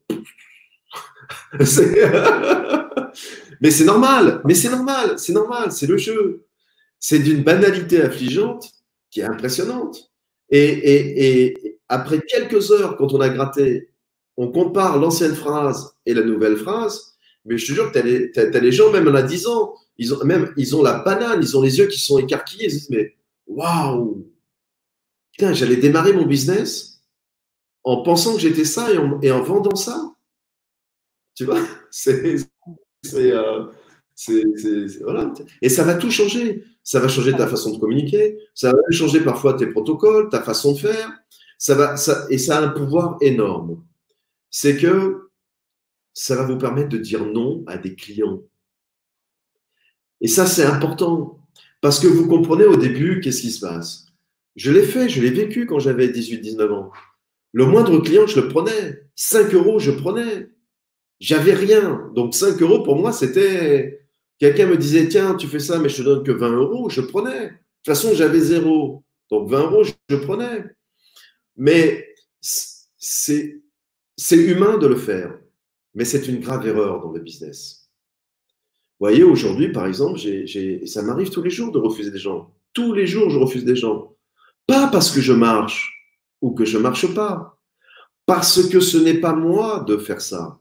Mais c'est normal, mais c'est normal, c'est normal, c'est le jeu. C'est d'une banalité affligeante qui est impressionnante. Et, et, et après quelques heures, quand on a gratté, on compare l'ancienne phrase et la nouvelle phrase, mais je te jure que tu as les, t'as, t'as les gens, même à dix ans, ils ont, même, ils ont la banane, ils ont les yeux qui sont écarquillés, ils se disent, mais waouh, putain, j'allais démarrer mon business en pensant que j'étais ça et en, et en vendant ça. Tu vois, c'est, c'est, euh, c'est, c'est, c'est, voilà. Et ça va tout changer. ça va changer ta façon de communiquer, ça va changer parfois tes protocoles, ta façon de faire. Ça va, ça, et ça a un pouvoir énorme. C'est que ça va vous permettre de dire non à des clients. Et ça, c'est important. Parce que vous comprenez au début, qu'est-ce qui se passe? Je l'ai fait, je l'ai vécu quand j'avais dix-huit dix-neuf ans. Le moindre client, je le prenais. cinq euros, je prenais. J'avais rien. Donc, cinq euros, pour moi, c'était… Quelqu'un me disait, tiens, tu fais ça, mais je te donne que vingt euros. Je prenais. De toute façon, j'avais zéro. Donc, vingt euros, je, je prenais. Mais c'est humain de le faire. Mais c'est une grave erreur dans le business. Vous voyez, aujourd'hui, par exemple, j'ai, j'ai, ça m'arrive tous les jours de refuser des gens. Tous les jours, je refuse des gens. Pas parce que je marche ou que je ne marche pas. Parce que ce n'est pas moi de faire ça.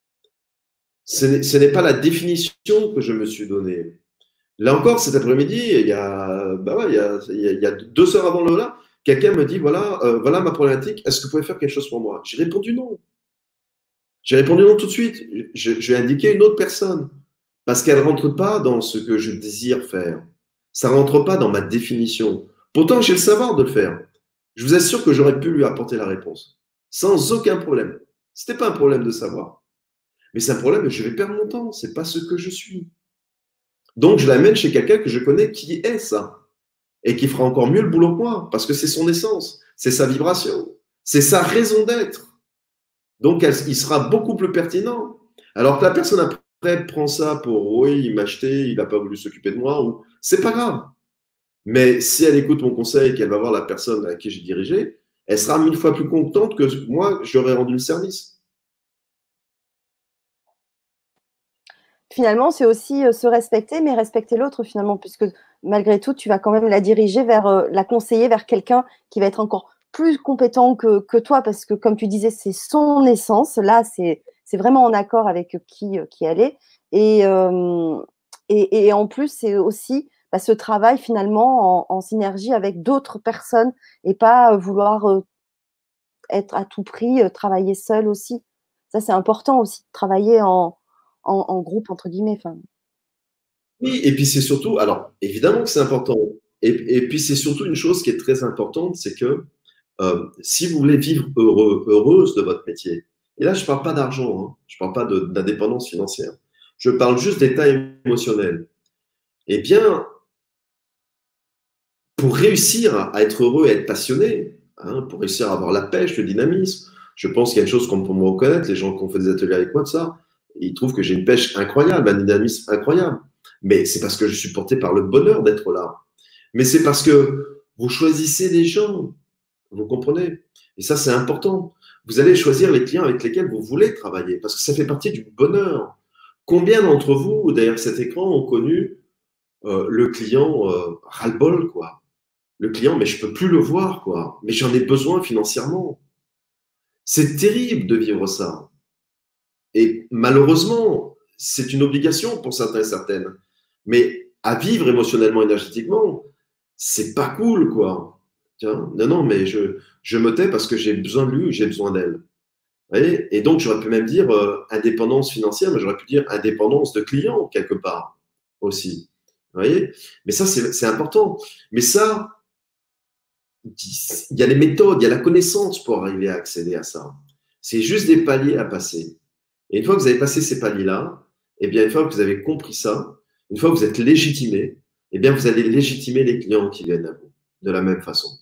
Ce n'est pas la définition que je me suis donnée. Là encore, cet après-midi, il y a, bah ouais, il y a, il y a deux heures avant le là, quelqu'un me dit, voilà, euh, voilà ma problématique, est-ce que vous pouvez faire quelque chose pour moi? J'ai répondu non. J'ai répondu non tout de suite. Je, je vais indiquer une autre personne parce qu'elle ne rentre pas dans ce que je désire faire. Ça ne rentre pas dans ma définition. Pourtant, j'ai le savoir de le faire. Je vous assure que j'aurais pu lui apporter la réponse sans aucun problème. Ce n'était pas un problème de savoir. Mais c'est un problème, je vais perdre mon temps. Ce n'est pas ce que je suis. Donc, je l'amène chez quelqu'un que je connais qui est ça et qui fera encore mieux le boulot que moi parce que c'est son essence, c'est sa vibration, c'est sa raison d'être. Donc, elle, il sera beaucoup plus pertinent. Alors que la personne après prend ça pour oui, il m'a acheté, il n'a pas voulu s'occuper de moi, ou c'est pas grave. Mais si elle écoute mon conseil et qu'elle va voir la personne à qui j'ai dirigé, elle sera mille fois plus contente que moi, j'aurais rendu le service. Finalement, c'est aussi se respecter, mais respecter l'autre finalement, puisque malgré tout, tu vas quand même la diriger vers, la conseiller vers quelqu'un qui va être encore plus compétent que, que toi, parce que comme tu disais, c'est son essence. Là, c'est vraiment en accord avec qui, qui elle est. Et, euh, et, et en plus, c'est aussi bah, ce travail finalement en, en synergie avec d'autres personnes et pas vouloir euh, être à tout prix, euh, travailler seul aussi. Ça, c'est important aussi de travailler en, en, en groupe, entre guillemets. Enfin. Oui, et puis c'est surtout, alors évidemment que c'est important. Et, et puis c'est surtout une chose qui est très importante, c'est que euh, si vous voulez vivre heureux, heureuse de votre métier, et là je ne parle pas d'argent, hein, je ne parle pas d'indépendance financière, je parle juste d'état émotionnel. Eh bien, pour réussir à être heureux et être passionné, hein, pour réussir à avoir la pêche, le dynamisme, je pense qu'il y a une chose qu'on peut me reconnaître, les gens qui ont fait des ateliers avec moi de ça, ils trouvent que j'ai une pêche incroyable, un dynamisme incroyable. Mais c'est parce que je suis porté par le bonheur d'être là. Mais c'est parce que vous choisissez des gens, vous comprenez? Et ça, c'est important. Vous allez choisir les clients avec lesquels vous voulez travailler, parce que ça fait partie du bonheur. Combien d'entre vous, derrière cet écran, ont connu euh, le client euh, ras-le-bol, quoi? Le client, mais je peux plus le voir, quoi. Mais j'en ai besoin financièrement. C'est terrible de vivre ça. Et malheureusement, c'est une obligation pour certains et certaines. Mais à vivre émotionnellement, énergétiquement, c'est pas cool, quoi. Tiens, non, non, mais je, je me tais parce que j'ai besoin de lui, j'ai besoin d'elle. Vous voyez? Et donc, j'aurais pu même dire euh, indépendance financière, mais j'aurais pu dire indépendance de client, quelque part, aussi. Vous voyez? Mais ça, c'est important. Mais ça, il y a les méthodes, il y a la connaissance pour arriver à accéder à ça. C'est juste des paliers à passer. Et une fois que vous avez passé ces paliers-là, eh bien, une fois que vous avez compris ça, une fois que vous êtes légitimé, eh bien, vous allez légitimer les clients qui viennent à vous de la même façon.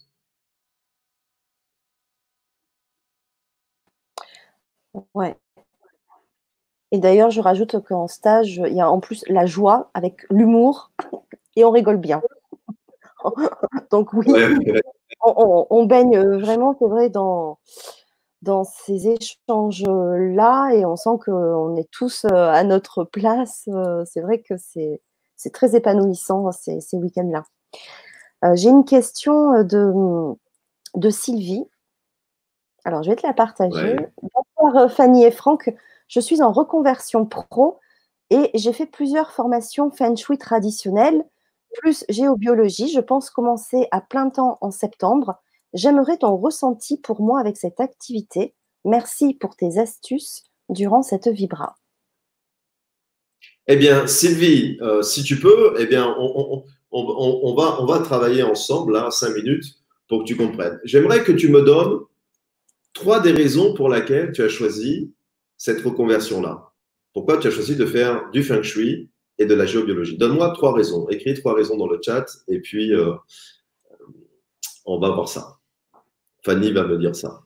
Ouais. Et d'ailleurs, je rajoute qu'en stage, il y a en plus la joie avec l'humour et on rigole bien. Donc oui, ouais, ouais. On, on, on baigne vraiment, c'est vrai, dans, dans ces échanges-là et on sent qu'on est tous à notre place. C'est vrai que c'est très épanouissant ces, ces week-ends-là. Euh, J'ai une question de, de Sylvie. Alors, je vais te la partager. Ouais. Bonsoir Fanny et Franck. Je suis en reconversion pro et j'ai fait plusieurs formations Feng Shui traditionnelles, plus géobiologie. Je pense commencer à plein temps en septembre. J'aimerais ton ressenti pour moi avec cette activité. Merci pour tes astuces durant cette vibra. Eh bien, Sylvie, euh, si tu peux, eh bien, on, on, on, on, on, va, on va travailler ensemble, là, cinq minutes, pour que tu comprennes. J'aimerais que tu me donnes trois des raisons pour lesquelles tu as choisi cette reconversion-là. Pourquoi tu as choisi de faire du feng shui et de la géobiologie? Donne-moi trois raisons. Écris trois raisons dans le chat et puis euh, on va voir ça. Fanny va me dire ça.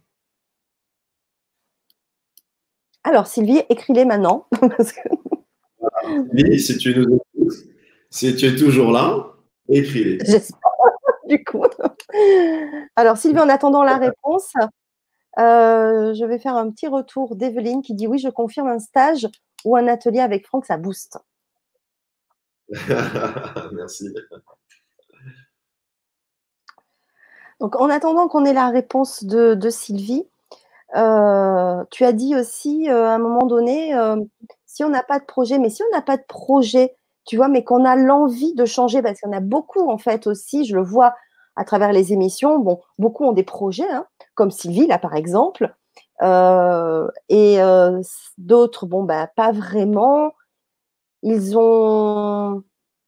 Alors, Sylvie, écris-les maintenant. Parce que... Sylvie, si tu nous écoutes, si tu es toujours là, écris-les. J'espère, du coup. Alors, Sylvie, en attendant la réponse, euh, je vais faire un petit retour d'Evelyne qui dit « Oui, je confirme un stage ou un atelier avec Franck, ça booste. » Merci. Donc, en attendant qu'on ait la réponse de, de Sylvie, euh, tu as dit aussi euh, à un moment donné, euh, si on n'a pas de projet, mais si on n'a pas de projet, tu vois, mais qu'on a l'envie de changer, parce qu'il y en a beaucoup en fait aussi, je le vois à travers les émissions, bon, beaucoup ont des projets, hein, comme Sylvie là par exemple, euh, et euh, d'autres, bon, bah, pas vraiment, ils ont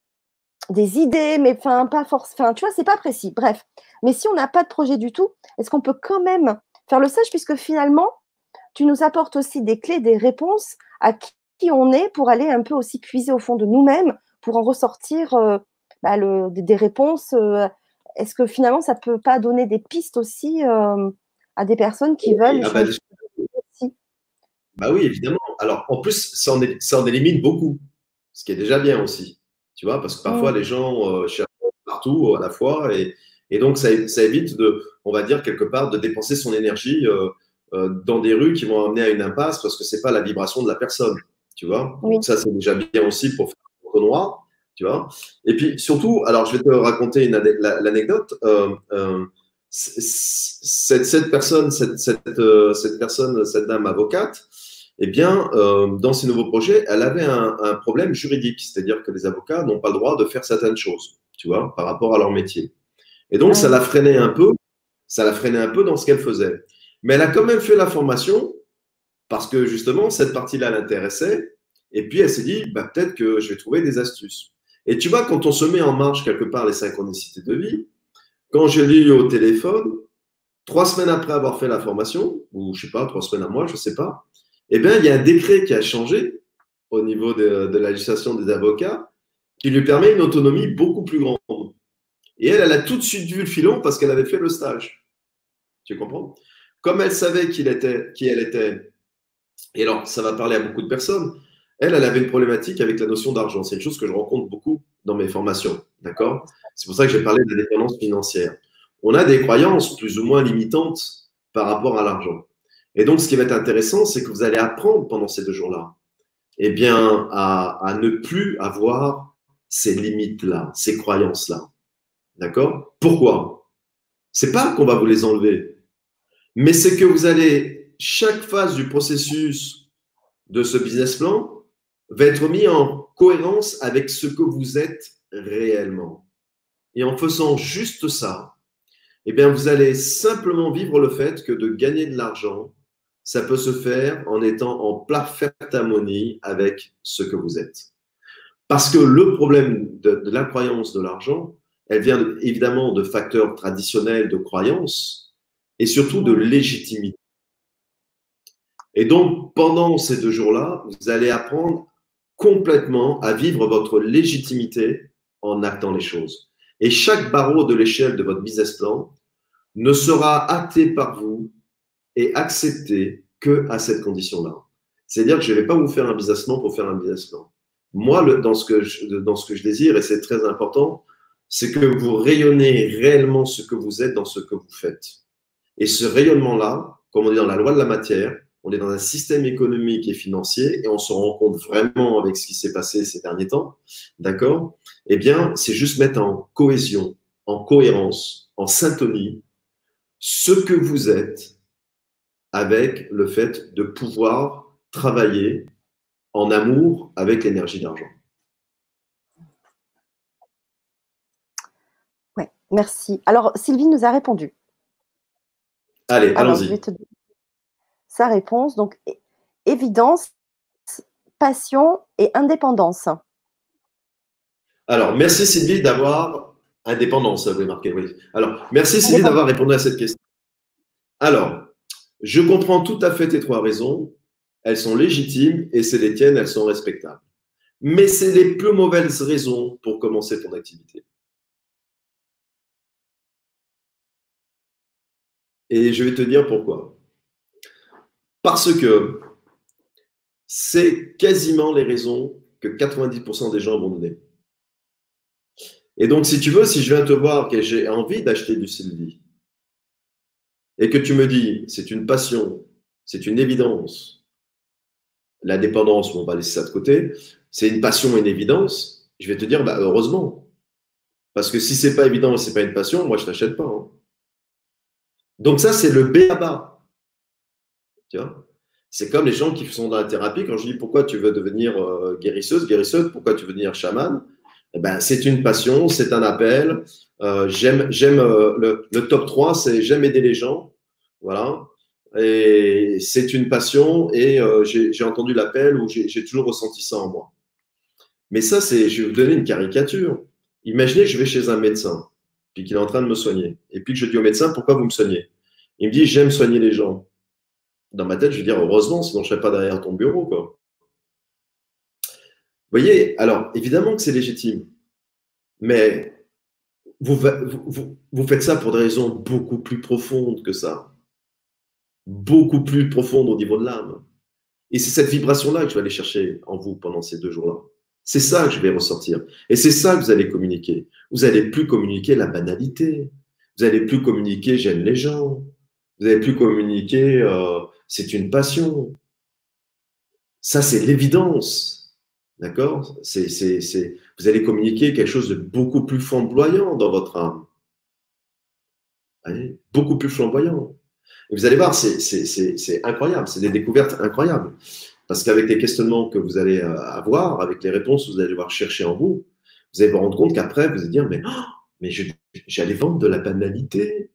des idées, mais enfin, pas forcément, tu vois, c'est pas précis, bref. Mais si on n'a pas de projet du tout, est-ce qu'on peut quand même faire le stage, puisque finalement, tu nous apportes aussi des clés, des réponses à qui on est pour aller un peu aussi puiser au fond de nous-mêmes pour en ressortir euh, bah, le, des réponses. Euh, est-ce que finalement, ça ne peut pas donner des pistes aussi euh, à des personnes qui veulent ah bah, changer aussi? Bah oui, évidemment. Alors, en plus, ça en, é- ça en élimine beaucoup, ce qui est déjà bien aussi. Tu vois, parce que parfois, Mmh. les gens euh, cherchent partout à la fois et, et donc, ça, ça évite de, on va dire, quelque part, de dépenser son énergie euh, euh, dans des rues qui vont amener à une impasse parce que c'est pas la vibration de la personne. Tu vois, Oui. donc ça, c'est déjà bien aussi pour faire un peu noir. Tu vois, et puis surtout, alors je vais te raconter une ane- la- l'anecdote. Euh, euh, c- c- cette, cette personne, cette, cette, euh, cette personne, cette dame avocate, eh bien, euh, dans ses nouveaux projets, elle avait un, un problème juridique, c'est-à-dire que les avocats n'ont pas le droit de faire certaines choses, tu vois, par rapport à leur métier. Et donc, Ah ça oui. la freinait un peu, ça la freinait un peu dans ce qu'elle faisait. Mais elle a quand même fait la formation parce que justement, cette partie-là l'intéressait. Et puis, elle s'est dit, bah, peut-être que je vais trouver des astuces. Et tu vois, quand on se met en marche quelque part les synchronicités de vie, quand je l'ai eu au téléphone, trois semaines après avoir fait la formation, ou je sais pas, trois semaines à moi, je sais pas, eh bien, il y a un décret qui a changé au niveau de, de la législation des avocats qui lui permet une autonomie beaucoup plus grande. Et elle, elle a tout de suite vu le filon parce qu'elle avait fait le stage. Tu comprends? Comme elle savait qu'il était, qui elle était, et alors ça va parler à beaucoup de personnes, elle, elle avait une problématique avec la notion d'argent. C'est une chose que je rencontre beaucoup dans mes formations. D'accord? C'est pour ça que j'ai parlé de la dépendance financière. On a des croyances plus ou moins limitantes par rapport à l'argent. Et donc, ce qui va être intéressant, c'est que vous allez apprendre pendant ces deux jours-là, eh bien, à, à ne plus avoir ces limites-là, ces croyances-là. D'accord? Pourquoi? C'est pas qu'on va vous les enlever, mais c'est que vous allez, chaque phase du processus de ce business plan va être mis en cohérence avec ce que vous êtes réellement. Et en faisant juste ça, eh bien, vous allez simplement vivre le fait que de gagner de l'argent, ça peut se faire en étant en parfaite harmonie avec ce que vous êtes. Parce que le problème de, de l'incroyance de l'argent, elle vient de, évidemment de facteurs traditionnels de croyance et surtout de légitimité. Et donc, pendant ces deux jours-là, vous allez apprendre complètement à vivre votre légitimité en actant les choses. Et chaque barreau de l'échelle de votre business plan ne sera acté par vous et accepté que à cette condition-là. C'est-à-dire que je ne vais pas vous faire un business plan pour faire un business plan. Moi, le, dans, ce que je, dans ce que je désire, et c'est très important, c'est que vous rayonnez réellement ce que vous êtes dans ce que vous faites. Et ce rayonnement-là, comme on dit dans la loi de la matière, on est dans un système économique et financier et on se rend compte vraiment avec ce qui s'est passé ces derniers temps, d'accord? Eh bien, c'est juste mettre en cohésion, en cohérence, en syntonie ce que vous êtes avec le fait de pouvoir travailler en amour avec l'énergie d'argent. Ouais, merci. Alors, Sylvie nous a répondu. Allez, Alors, je vais allons-y. te donner sa réponse. Donc, é- évidence, passion et indépendance. Alors, merci Sylvie d'avoir indépendance, vous avez marqué, oui. Alors, merci Sylvie d'avoir répondu à cette question. Alors, je comprends tout à fait tes trois raisons. Elles sont légitimes et c'est les tiennes, elles sont respectables. Mais c'est les plus mauvaises raisons pour commencer ton activité. Et je vais te dire pourquoi. Parce que c'est quasiment les raisons que quatre-vingt-dix pour cent des gens vont donner. Et donc, si tu veux, si je viens te voir que j'ai envie d'acheter du Sylvie et que tu me dis, c'est une passion, c'est une évidence, la dépendance, on va laisser ça de côté, c'est une passion et une évidence, je vais te dire, bah, heureusement. Parce que si c'est pas évident et c'est pas une passion, moi, je t'achète pas. Hein. Donc ça, c'est le B à bas. Tu vois, c'est comme les gens qui sont dans la thérapie, quand je dis pourquoi tu veux devenir euh, guérisseuse, guérisseuse, pourquoi tu veux devenir chaman, eh ben, c'est une passion, c'est un appel. Euh, j'aime, j'aime euh, le, le top trois, c'est j'aime aider les gens. Voilà. Et c'est une passion et euh, j'ai, j'ai entendu l'appel ou j'ai, j'ai toujours ressenti ça en moi. Mais ça, c'est, je vais vous donner une caricature. Imaginez que je vais chez un médecin, puis qu'il est en train de me soigner. Et puis que je dis au médecin, pourquoi vous me soignez? Il me dit, j'aime soigner les gens. Dans ma tête, je vais dire, heureusement, sinon je ne serais pas derrière ton bureau, quoi. Vous voyez, alors, évidemment que c'est légitime, mais vous, vous, vous faites ça pour des raisons beaucoup plus profondes que ça. Beaucoup plus profondes au niveau de l'âme. Et c'est cette vibration-là que je vais aller chercher en vous pendant ces deux jours-là. C'est ça que je vais ressortir. Et c'est ça que vous allez communiquer. Vous n'allez plus communiquer la banalité. Vous n'allez plus communiquer j'aime les gens. Vous n'allez plus communiquer euh, c'est une passion. Ça, c'est l'évidence. D'accord, c'est, c'est, c'est, vous allez communiquer quelque chose de beaucoup plus flamboyant dans votre âme. Allez, beaucoup plus flamboyant. Et vous allez voir, c'est, c'est, c'est, c'est incroyable. C'est des découvertes incroyables. Parce qu'avec les questionnements que vous allez avoir, avec les réponses que vous allez devoir chercher en vous, vous allez vous rendre compte qu'après, vous allez dire, mais, oh, mais je, j'allais vendre de la banalité.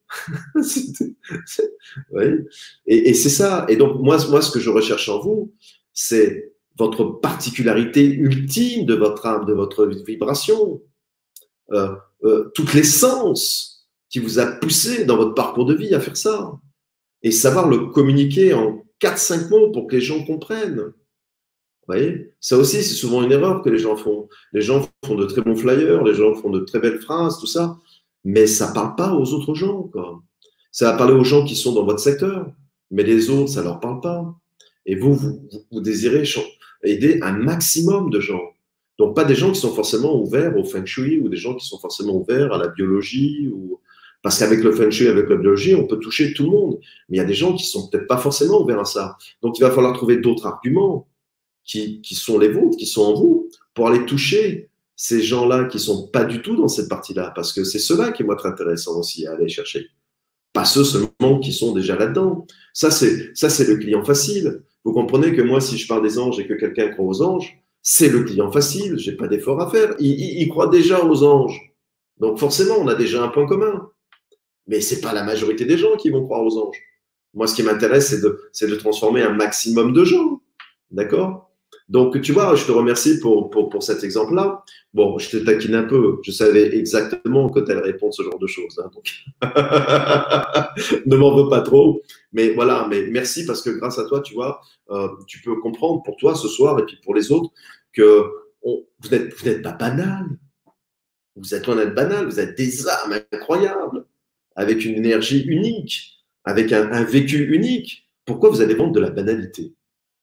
Oui. Et, et c'est ça. Et donc, moi, moi, ce que je recherche en vous, c'est votre particularité ultime de votre âme, de votre vibration, euh, euh, toutes les sens qui vous a poussé dans votre parcours de vie à faire ça. Et savoir le communiquer en quatre cinq mots pour que les gens comprennent. Vous voyez, ça aussi, c'est souvent une erreur que les gens font. Les gens font de très bons flyers, les gens font de très belles phrases, tout ça, mais ça ne parle pas aux autres gens, quoi. Ça va parler aux gens qui sont dans votre secteur, mais les autres, ça ne leur parle pas. Et vous, vous, vous désirez aider un maximum de gens. Donc, pas des gens qui sont forcément ouverts au feng shui ou des gens qui sont forcément ouverts à la biologie ou parce qu'avec le feng shui, avec la biologie, on peut toucher tout le monde. Mais il y a des gens qui sont peut-être pas forcément ouverts à ça. Donc, il va falloir trouver d'autres arguments qui, qui sont les vôtres, qui sont en vous, pour aller toucher ces gens-là qui sont pas du tout dans cette partie-là. Parce que c'est ceux-là qui vont être intéressants aussi à aller chercher. Pas ceux seulement qui sont déjà là-dedans. Ça, c'est, ça, c'est le client facile. Vous comprenez que moi, si je parle des anges et que quelqu'un croit aux anges, c'est le client facile. J'ai pas d'effort à faire. Il, il, il croit déjà aux anges. Donc, forcément, on a déjà un point commun. Mais ce n'est pas la majorité des gens qui vont croire aux anges. Moi, ce qui m'intéresse, c'est de, c'est de transformer un maximum de gens. D'accord? Donc, tu vois, je te remercie pour, pour, pour cet exemple-là. Bon, je te taquine un peu. Je savais exactement que tu allais répondre ce genre de choses. Hein, donc. Ne m'en veux pas trop. Mais voilà, mais merci parce que grâce à toi, tu vois, euh, tu peux comprendre pour toi ce soir et puis pour les autres que on, vous n'êtes vous n'êtes pas banal. Vous êtes loin d'être banal. Vous êtes des âmes incroyables, avec une énergie unique, avec un, un vécu unique. Pourquoi vous allez vendre de la banalité?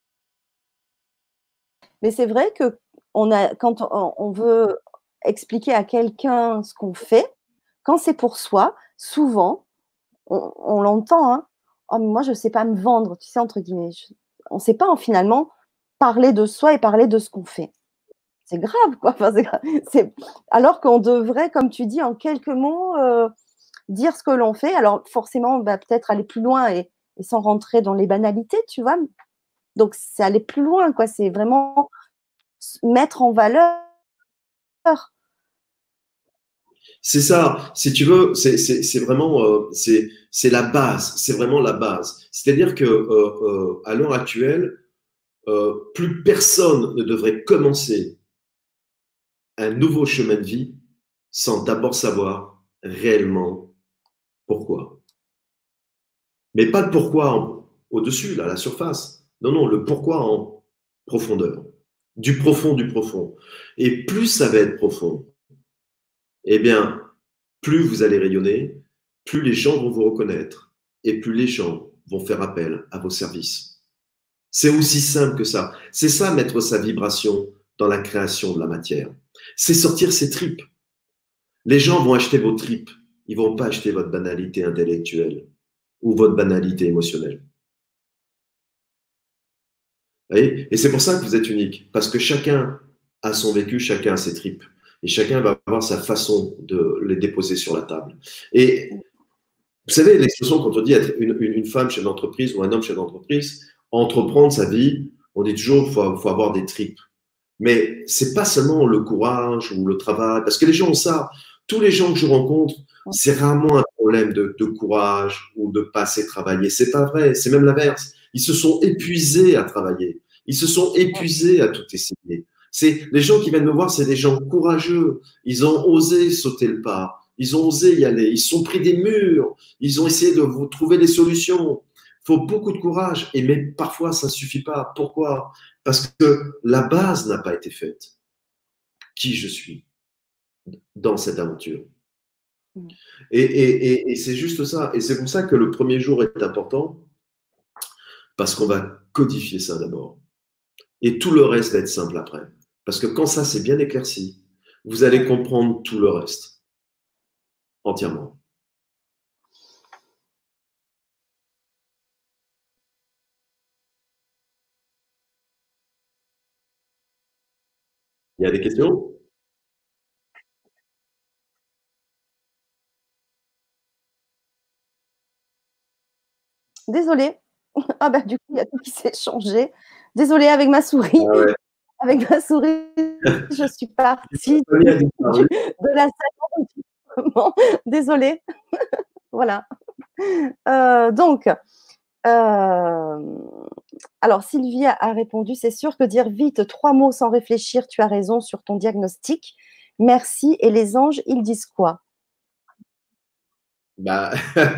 Mais c'est vrai que on a, quand on, on veut expliquer à quelqu'un ce qu'on fait, quand c'est pour soi, souvent, on, on l'entend, hein, oh, mais moi, je ne sais pas me vendre, tu sais, entre guillemets. Je, on ne sait pas, hein, finalement, parler de soi et parler de ce qu'on fait. C'est grave, quoi. Enfin, c'est grave. C'est, alors qu'on devrait, comme tu dis, en quelques mots, euh, dire ce que l'on fait. Alors, forcément, on va peut-être aller plus loin et, et sans rentrer dans les banalités, tu vois. Donc, c'est aller plus loin, quoi. C'est vraiment mettre en valeur. C'est ça, si tu veux, c'est, c'est, c'est vraiment, euh, c'est, c'est la base, c'est vraiment la base. C'est-à-dire que euh, euh, à l'heure actuelle, euh, plus personne ne devrait commencer un nouveau chemin de vie sans d'abord savoir réellement pourquoi. Mais pas le pourquoi au-dessus, là, à la surface. Non, non, le pourquoi en profondeur. Du profond, du profond. Et plus ça va être profond, eh bien, plus vous allez rayonner, plus les gens vont vous reconnaître et plus les gens vont faire appel à vos services. C'est aussi simple que ça. C'est ça, mettre sa vibration dans la création de la matière. C'est sortir ses tripes. Les gens vont acheter vos tripes. Ils ne vont pas acheter votre banalité intellectuelle ou votre banalité émotionnelle. Vous voyez? Et c'est pour ça que vous êtes unique. Parce que chacun a son vécu, chacun a ses tripes. Et chacun va avoir sa façon de les déposer sur la table. Et vous savez, l'expression quand on dit être une, une, une femme chef d'entreprise ou un homme chef d'entreprise, entreprendre sa vie, on dit toujours qu'il faut, faut avoir des tripes. Mais c'est pas seulement le courage ou le travail, parce que les gens ont ça. Tous les gens que je rencontre, c'est rarement un problème de, de courage ou de pas assez travailler. C'est pas vrai, c'est même l'inverse. Ils se sont épuisés à travailler. Ils se sont épuisés à tout essayer. C'est les gens qui viennent me voir, c'est des gens courageux. Ils ont osé sauter le pas. Ils ont osé y aller. Ils se sont pris des murs. Ils ont essayé de vous trouver des solutions. Il faut beaucoup de courage. Et mais parfois, ça ne suffit pas. Pourquoi? Parce que la base n'a pas été faite. Qui je suis dans cette aventure. Et, et, et, et c'est juste ça. Et c'est pour ça que le premier jour est important. Parce qu'on va codifier ça d'abord. Et tout le reste va être simple après. Parce que quand ça, c'est bien éclairci, vous allez comprendre tout le reste. Entièrement. Il y a des questions? Désolée. Ah ben, du coup, il y a tout qui s'est changé. Désolée, avec ma souris. Ah ouais. Avec ma souris, je suis partie de, de la salle d'enregistrement. Désolée. Voilà. Euh, donc, euh, alors Sylvia a répondu, c'est sûr que dire vite trois mots sans réfléchir, tu as raison sur ton diagnostic. Merci. Et les anges, ils disent quoi? Bah,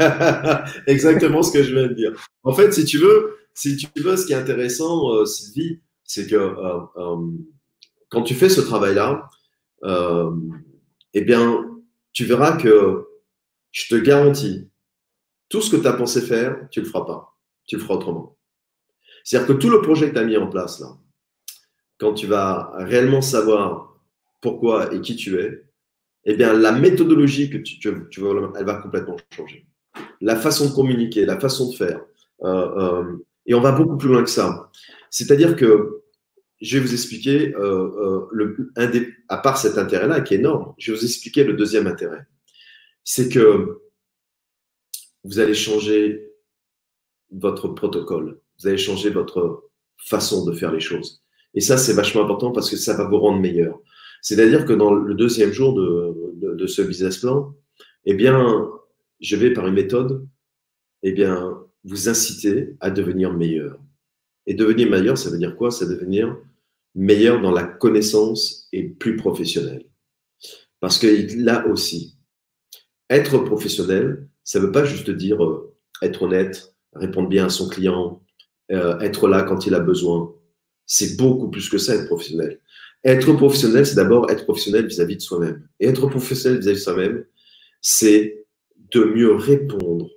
exactement ce que je viens de dire. En fait, si tu veux, si tu veux, ce qui est intéressant, euh, Sylvie, c'est que euh, euh, quand tu fais ce travail-là, euh, eh bien, tu verras que je te garantis, tout ce que tu as pensé faire, tu ne le feras pas. Tu le feras autrement. C'est-à-dire que tout le projet que tu as mis en place, là, quand tu vas réellement savoir pourquoi et qui tu es, eh bien, la méthodologie que tu, tu, tu vas, elle va complètement changer. La façon de communiquer, la façon de faire. Euh, euh, et on va beaucoup plus loin que ça. C'est-à-dire que je vais vous expliquer, euh, euh, le, un des, à part cet intérêt-là qui est énorme, je vais vous expliquer le deuxième intérêt. C'est que vous allez changer votre protocole, vous allez changer votre façon de faire les choses. Et ça, c'est vachement important parce que ça va vous rendre meilleur. C'est-à-dire que dans le deuxième jour de, de, de ce business plan, eh bien, je vais par une méthode, eh bien, vous inciter à devenir meilleur. Et devenir meilleur, ça veut dire quoi? Ça veut devenir meilleur dans la connaissance et plus professionnel. Parce que là aussi, être professionnel, ça ne veut pas juste dire euh, être honnête, répondre bien à son client, euh, être là quand il a besoin. C'est beaucoup plus que ça, être professionnel. Être professionnel, c'est d'abord être professionnel vis-à-vis de soi-même. Et être professionnel vis-à-vis de soi-même, c'est de mieux répondre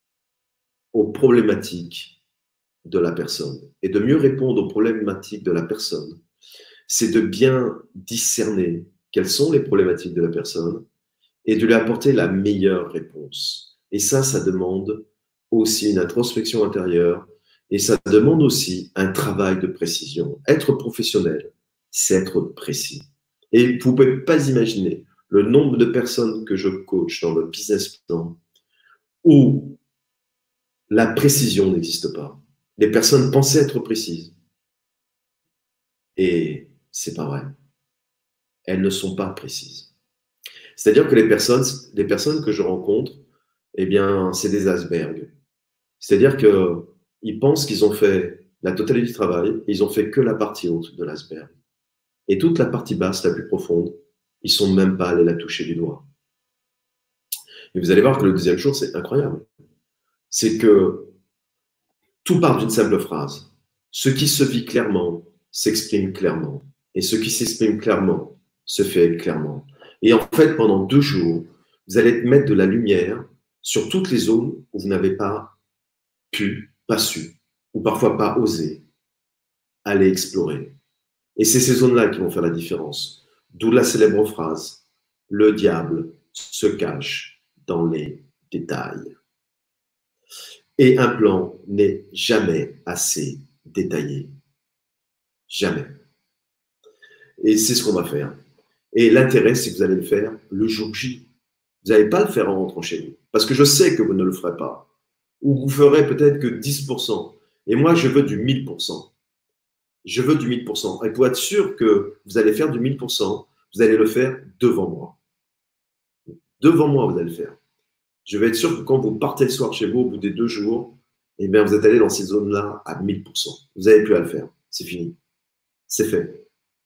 aux problématiques de la personne. Et de mieux répondre aux problématiques de la personne, c'est de bien discerner quelles sont les problématiques de la personne et de lui apporter la meilleure réponse. Et ça, ça demande aussi une introspection intérieure et ça demande aussi un travail de précision. Être professionnel, c'est être précis. Et vous ne pouvez pas imaginer le nombre de personnes que je coach dans le business plan où la précision n'existe pas. Les personnes pensaient être précises. Et c'est pas vrai. Elles ne sont pas précises. C'est-à-dire que les personnes, les personnes que je rencontre, eh bien, c'est des icebergs. C'est-à-dire qu'ils pensent qu'ils ont fait la totalité du travail, et ils ont fait que la partie haute de l'iceberg. Et toute la partie basse, la plus profonde, Ils ne sont même pas allés la toucher du doigt. Et vous allez voir que le deuxième jour, c'est incroyable. C'est que tout part d'une simple phrase. Ce qui se vit clairement s'exprime clairement. Et ce qui s'exprime clairement se fait clairement. Et en fait, pendant deux jours, vous allez mettre de la lumière sur toutes les zones où vous n'avez pas pu, pas su, ou parfois pas osé aller explorer. Et c'est ces zones-là qui vont faire la différence. D'où la célèbre phrase « Le diable se cache dans les détails ». Et un plan n'est jamais assez détaillé. Jamais. Et c'est ce qu'on va faire. Et l'intérêt, c'est que vous allez le faire le jour J. Vous n'allez pas le faire en rentrant chez vous. Parce que je sais que vous ne le ferez pas. Ou vous ferez peut-être que dix pour cent. Et moi, je veux du mille pour cent. Je veux du mille pour cent. Et pour être sûr que vous allez faire du mille pour cent, vous allez le faire devant moi. Devant moi, vous allez le faire. Je vais être sûr que quand vous partez le soir chez vous, au bout des deux jours, eh bien, vous êtes allé dans ces zones-là à mille pour cent. Vous n'avez plus à le faire. C'est fini. C'est fait.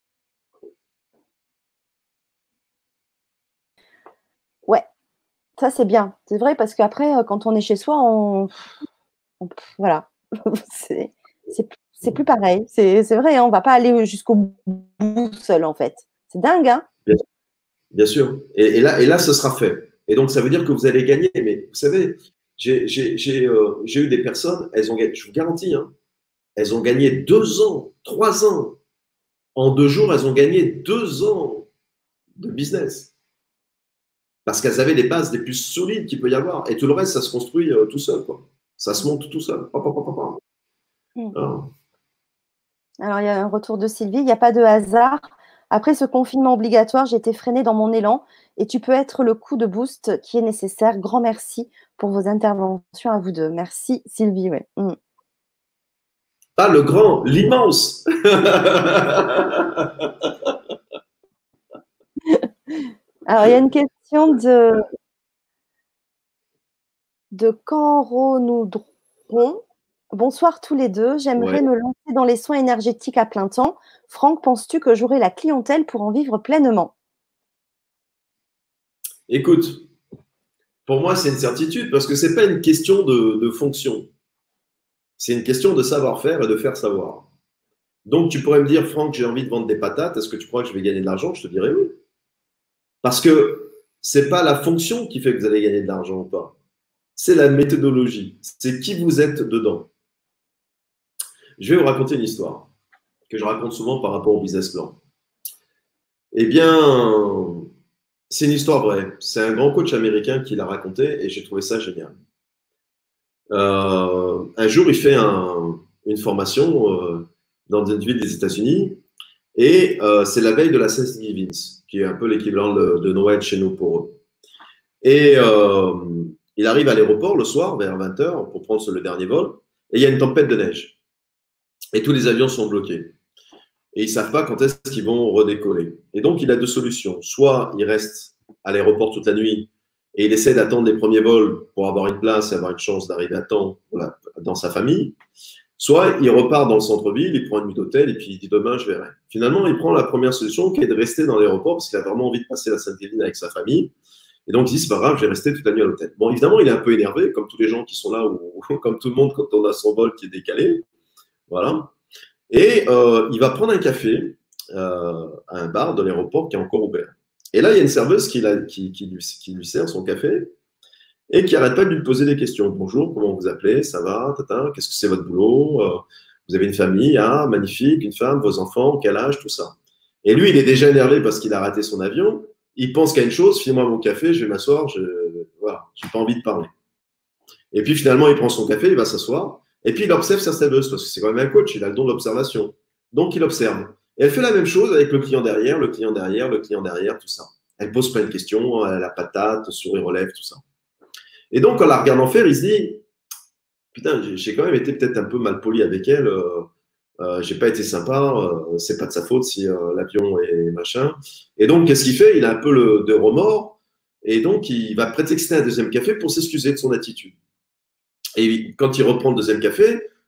Ouais, ça c'est bien. C'est vrai parce qu'après, quand on est chez soi, on, on... voilà, c'est c'est plus pareil. C'est vrai, hein, on ne va pas aller jusqu'au bout seul en fait. C'est dingue, hein? Bien, bien sûr. Et, et, là, et là, ce sera fait. Et donc, ça veut dire que vous allez gagner. Mais vous savez, j'ai euh, eu des personnes, elles ont gagné, je vous garantis, hein, elles ont gagné deux ans, trois ans. En deux jours, elles ont gagné deux ans de business. Parce qu'elles avaient les bases les plus solides qu'il peut y avoir. Et tout le reste, ça se construit euh, tout seul, quoi. Ça se monte tout seul. Hop, hop, hop, hop. Mmh. Alors. Alors, il y a un retour de Sylvie. Il n'y a pas de hasard. Après ce confinement obligatoire, j'ai été freinée dans mon élan et tu peux être le coup de boost qui est nécessaire. Grand merci pour vos interventions à vous deux. Merci Sylvie. Ouais. Mmh. Pas le grand, l'immense. Alors, il y a une question de, de Canronoudron. Bonsoir tous les deux. J'aimerais ouais. me lancer dans les soins énergétiques à plein temps. Franck, penses-tu que j'aurai la clientèle pour en vivre pleinement? Écoute, pour moi, c'est une certitude parce que ce n'est pas une question de, de fonction. C'est une question de savoir-faire et de faire savoir. Donc, tu pourrais me dire, Franck, j'ai envie de vendre des patates. Est-ce que tu crois que je vais gagner de l'argent? Je te dirais oui. Parce que ce n'est pas la fonction qui fait que vous allez gagner de l'argent ou pas. C'est la méthodologie. C'est qui vous êtes dedans. Je vais vous raconter une histoire que je raconte souvent par rapport au business plan. Eh bien, c'est une histoire vraie. C'est un grand coach américain qui l'a raconté et j'ai trouvé ça génial. Euh, un jour, il fait un, une formation euh, dans une ville des États-Unis et euh, c'est la veille de la Thanksgiving, qui est un peu l'équivalent de, de Noël chez nous pour eux. Et euh, il arrive à l'aéroport le soir vers vingt heures pour prendre le dernier vol et il y a une tempête de neige. Et tous les avions sont bloqués. Et ils ne savent pas quand est-ce qu'ils vont redécoller. Et donc, il a deux solutions. Soit il reste à l'aéroport toute la nuit et il essaie d'attendre les premiers vols pour avoir une place et avoir une chance d'arriver à temps dans sa famille. Soit il repart dans le centre-ville, il prend une nuit d'hôtel et puis il dit demain, je verrai. Finalement, il prend la première solution qui est de rester dans l'aéroport parce qu'il a vraiment envie de passer la Sainte-Hélène avec sa famille. Et donc, il dit, c'est pas grave, je vais rester toute la nuit à l'hôtel. Bon, évidemment, il est un peu énervé, comme tous les gens qui sont là, ou comme tout le monde quand on a son vol qui est décalé. Voilà. Et euh, il va prendre un café euh, à un bar de l'aéroport qui est encore ouvert. Et là, il y a une serveuse qui, la, qui, qui, lui, qui lui sert son café et qui n'arrête pas de lui poser des questions. Bonjour, comment vous appelez? Ça va? Qu'est-ce que c'est votre boulot? euh, Vous avez une famille? Ah, magnifique, une femme, vos enfants, quel âge? Tout ça. Et lui, il est déjà énervé parce qu'il a raté son avion. Il pense qu'à une chose, file-moi mon café, je vais m'asseoir, je voilà, j'ai pas envie de parler. Et puis finalement, il prend son café, il va s'asseoir. Et puis, il observe sa serveuse, parce que c'est quand même un coach, il a le don de l'observation. Donc, il observe. Et elle fait la même chose avec le client derrière, le client derrière, le client derrière, tout ça. Elle pose plein de questions, elle a la patate, sourire aux lèvres, tout ça. Et donc, en la regardant faire, il se dit, putain, j'ai quand même été peut-être un peu mal poli avec elle, euh, euh, j'ai pas été sympa, euh, c'est pas de sa faute si euh, l'avion est machin. Et donc, qu'est-ce qu'il fait? Il a un peu le, de remords, et donc, il va prétexter un deuxième café pour s'excuser de son attitude. Et quand il reprend le deuxième café,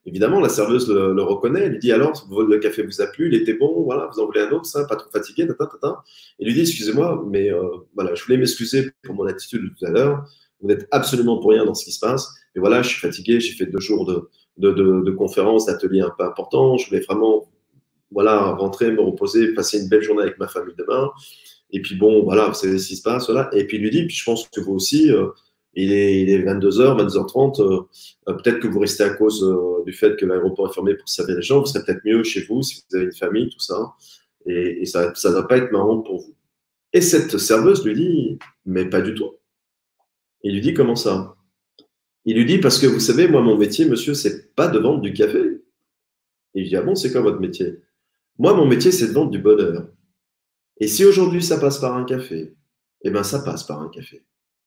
Évidemment, la serveuse le, le reconnaît, elle lui dit alors, le café vous a plu, il était bon, voilà, vous en voulez un autre, ça, pas trop fatigué, tata, tata. Et lui dit excusez-moi, mais euh, voilà, je voulais m'excuser pour mon attitude de tout à l'heure. Vous n'êtes absolument pour rien dans ce qui se passe. Et voilà, je suis fatigué, j'ai fait deux jours de, de, de, de conférences, d'ateliers un peu importants. Je voulais vraiment voilà, rentrer, me reposer, passer une belle journée avec ma famille demain. Et puis bon, voilà, vous savez ce qui se passe, voilà. Et puis il lui dit, puis je pense que vous aussi, euh, il est, il est vingt-deux heures, vingt-deux heures trente, euh, euh, peut-être que vous restez à cause euh, du fait que l'aéroport est fermé pour servir les gens, vous serez peut-être mieux chez vous si vous avez une famille, tout ça. Et, et ça ne va pas être marrant pour vous. Et cette serveuse lui dit, mais pas du tout. Il lui dit, comment ça? Il lui dit, parce que vous savez, moi, mon métier, monsieur, c'est pas de vendre du café. Et il dit, ah bon, c'est quoi votre métier? Moi, mon métier, c'est de vendre du bonheur. Et si aujourd'hui, ça passe par un café, eh bien, ça passe par un café.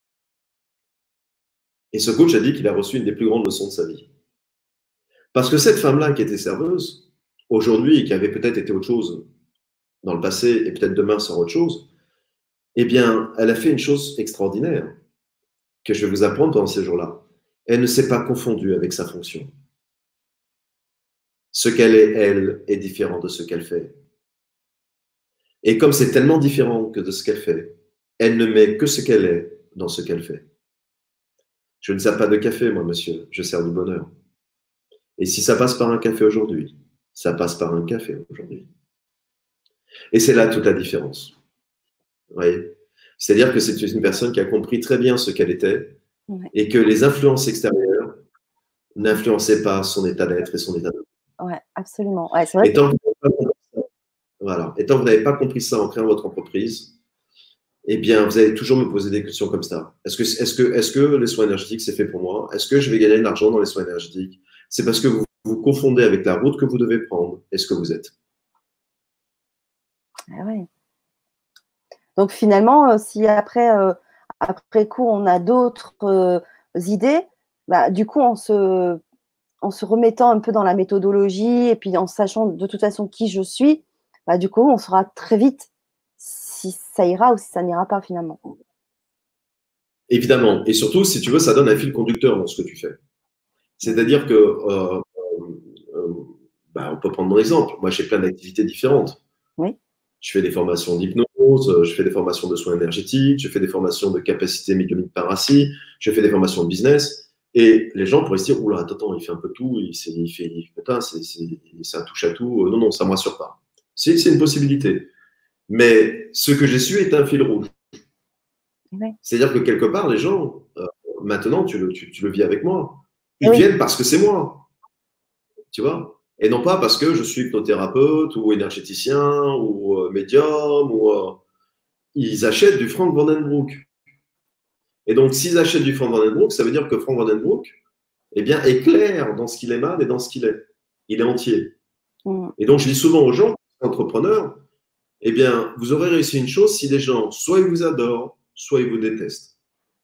Et ce coach a dit qu'il a reçu une des plus grandes leçons de sa vie. Parce que cette femme-là qui était serveuse, aujourd'hui, et qui avait peut-être été autre chose dans le passé, et peut-être demain sera autre chose, eh bien, elle a fait une chose extraordinaire que je vais vous apprendre pendant ces jours-là. Elle ne s'est pas confondue avec sa fonction. Ce qu'elle est, elle, est différent de ce qu'elle fait. Et comme c'est tellement différent que de ce qu'elle fait, elle ne met que ce qu'elle est dans ce qu'elle fait. Je ne sers pas de café, moi, monsieur, je sers du bonheur. Et si ça passe par un café aujourd'hui, ça passe par un café aujourd'hui. Et c'est là toute la différence. Vous voyez ? C'est-à-dire que c'est une personne qui a compris très bien ce qu'elle était Ouais. et que les influences extérieures n'influençaient pas son état d'être et son état d'être. Ouais, absolument. Ouais, c'est vrai Et tant que vous n'avez pas compris ça, voilà. Et tant que vous n'avez pas compris ça en créant votre entreprise, eh bien, vous allez toujours me poser des questions comme ça. Est-ce que, est-ce que, est-ce que les soins énergétiques, c'est fait pour moi? Est-ce que je vais gagner de l'argent dans les soins énergétiques? C'est parce que vous vous confondez avec la route que vous devez prendre et ce que vous êtes. Ah ouais. Donc finalement, euh, si après, euh, après coup, on a d'autres euh, idées, bah, du coup, en se, en se remettant un peu dans la méthodologie et puis en sachant de toute façon qui je suis, bah, du coup, on saura très vite si ça ira ou si ça n'ira pas finalement. Évidemment. Et surtout, si tu veux, ça donne un fil conducteur dans ce que tu fais. C'est-à-dire que, euh, euh, bah, on peut prendre mon exemple. Moi, j'ai plein d'activités différentes. Oui. Je fais des formations d'hypnose, je fais des formations de soins énergétiques, je fais des formations de capacité médiumnique parasite, je fais des formations de business. Et les gens pourraient se dire, oula, attends, il fait un peu tout, il, il fait, il, putain, c'est, c'est, c'est un touche à tout. Non, non, ça ne me rassure pas. C'est, c'est une possibilité. Mais ce que j'ai su est un fil rouge. Oui. C'est-à-dire que quelque part, les gens, euh, maintenant, tu le, tu, tu le vis avec moi, ils Oui. viennent parce que c'est moi. Tu vois? Et non pas parce que je suis hypnothérapeute ou énergéticien ou euh, médium. Ou, euh, ils achètent du Frank Vandenbroek. Et donc, s'ils achètent du Frank Vandenbroek, ça veut dire que Frank Vandenbroek eh bien, est clair dans ce qu'il émane et dans ce qu'il est. Il est entier. Mm. Et donc, je dis souvent aux gens, entrepreneurs, eh bien, vous aurez réussi une chose si les gens, soit ils vous adorent, soit ils vous détestent.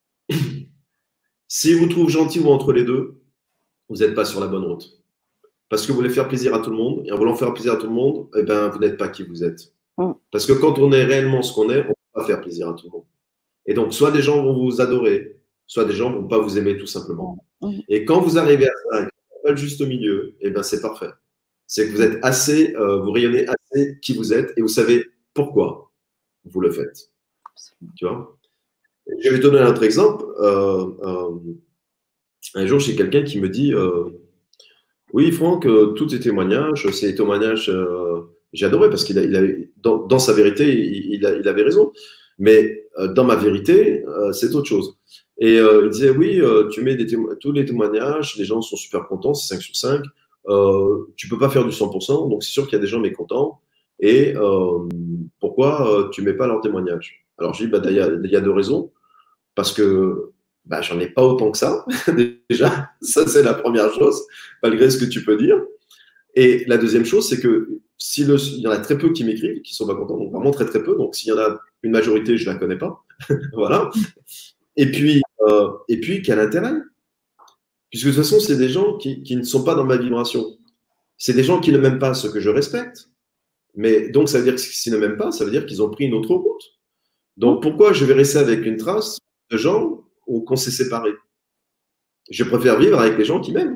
S'ils vous trouvent gentil ou entre les deux, vous n'êtes pas sur la bonne route. Parce que vous voulez faire plaisir à tout le monde, et en voulant faire plaisir à tout le monde, eh ben, vous n'êtes pas qui vous êtes. Mm. Parce que quand on est réellement ce qu'on est, on ne peut pas faire plaisir à tout le monde. Et donc, soit des gens vont vous adorer, soit des gens ne vont pas vous aimer tout simplement. Mm. Et quand vous arrivez à ça, pas le juste milieu, eh ben, c'est parfait. C'est que vous êtes assez, euh, vous rayonnez assez qui vous êtes, et vous savez pourquoi vous le faites. Absolument. Tu vois? Je vais te donner un autre exemple. Euh, euh, un jour, j'ai quelqu'un qui me dit euh, oui, Franck, euh, tous tes témoignages, ces témoignages, euh, j'ai adoré parce qu'il a, il a dans, dans sa vérité, il, il, a, il avait raison. Mais euh, dans ma vérité, euh, c'est autre chose. Et euh, il disait oui, euh, tu mets des témo- tous les témoignages, les gens sont super contents, c'est cinq sur cinq. Euh, tu peux pas faire du cent pour cent, donc c'est sûr qu'il y a des gens mécontents. Et euh, pourquoi euh, tu mets pas leurs témoignages? Alors je dis, bah, il y a, il y a deux raisons. Parce que bah, j'en ai pas autant que ça, déjà. Ça, c'est la première chose, malgré ce que tu peux dire. Et la deuxième chose, c'est que si le, il y en a très peu qui m'écrivent, qui sont pas contents, donc vraiment très très peu. Donc s'il y en a une majorité, je la connais pas. Voilà. Et puis, euh, et puis, quel intérêt? Puisque de toute façon, c'est des gens qui, qui ne sont pas dans ma vibration. C'est des gens qui ne m'aiment pas ce que je respecte. Mais donc, ça veut dire que s'ils ne m'aiment pas, ça veut dire qu'ils ont pris une autre route. Donc, pourquoi je vais rester avec une trace de gens ou qu'on s'est séparés? Je préfère vivre avec les gens qui m'aiment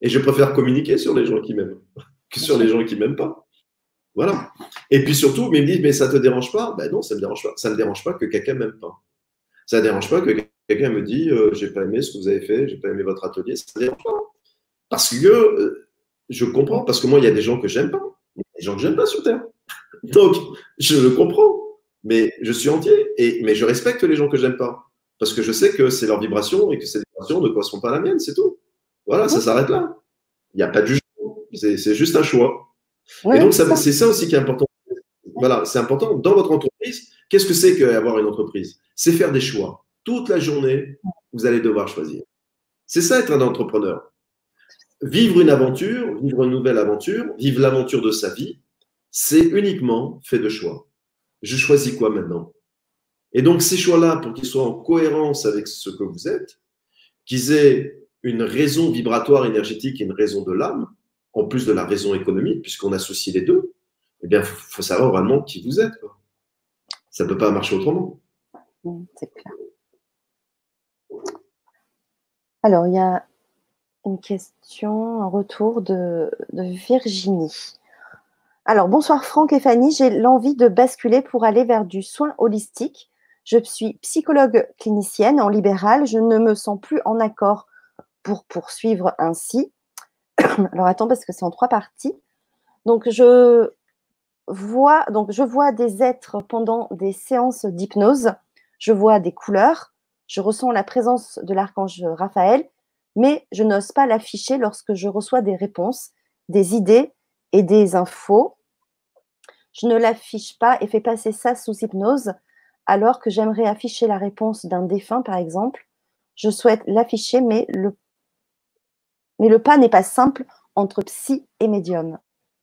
Et je préfère communiquer sur les gens qui m'aiment que sur les gens qui m'aiment pas. Voilà. Et puis surtout, mais ils me disent, mais ça te dérange pas? Ben non, ça me dérange pas. Ça me dérange pas que quelqu'un m'aime pas. Ça ne dérange pas que quelqu'un me dise, euh, j'ai pas aimé ce que vous avez fait, j'ai pas aimé votre atelier. Ça ne dérange pas. Parce que euh, je comprends, parce que moi, il y a des gens que j'aime pas. Il y a des gens que j'aime pas sur Terre. Donc, je le comprends. Mais je suis entier. Et, mais je respecte les gens que j'aime pas. Parce que je sais que c'est leur vibration et que ces vibrations ne correspondent pas à la mienne, c'est tout. Voilà, ça s'arrête là. Il n'y a pas de jugement. C'est, c'est juste un choix. Oui, et donc, ça. ça, c'est ça aussi qui est important. Voilà, c'est important. Dans votre entreprise, qu'est-ce que c'est qu'avoir une entreprise? C'est faire des choix. Toute la journée, vous allez devoir choisir. C'est ça être un entrepreneur. Vivre une aventure, vivre une nouvelle aventure, vivre l'aventure de sa vie, c'est uniquement fait de choix. Je choisis quoi maintenant? Et donc, ces choix-là, pour qu'ils soient en cohérence avec ce que vous êtes, qu'ils aient une raison vibratoire énergétique et une raison de l'âme, en plus de la raison économique, puisqu'on associe les deux, eh bien, il faut, faut savoir vraiment qui vous êtes, quoi. Ça ne peut pas marcher autrement. C'est clair. Alors, il y a une question, un retour de, de Virginie. Alors, bonsoir Franck et Fanny, j'ai l'envie de basculer pour aller vers du soin holistique. Je suis psychologue clinicienne en libéral, je ne me sens plus en accord pour poursuivre ainsi. Alors, attends, parce que c'est en trois parties. Donc, je vois, donc, je vois des êtres pendant des séances d'hypnose, je vois des couleurs, je ressens la présence de l'archange Raphaël, mais je n'ose pas l'afficher lorsque je reçois des réponses, des idées et des infos. Je ne l'affiche pas et fais passer ça sous hypnose, alors que j'aimerais afficher la réponse d'un défunt, par exemple. Je souhaite l'afficher, mais le, mais le pas n'est pas simple entre psy et médium.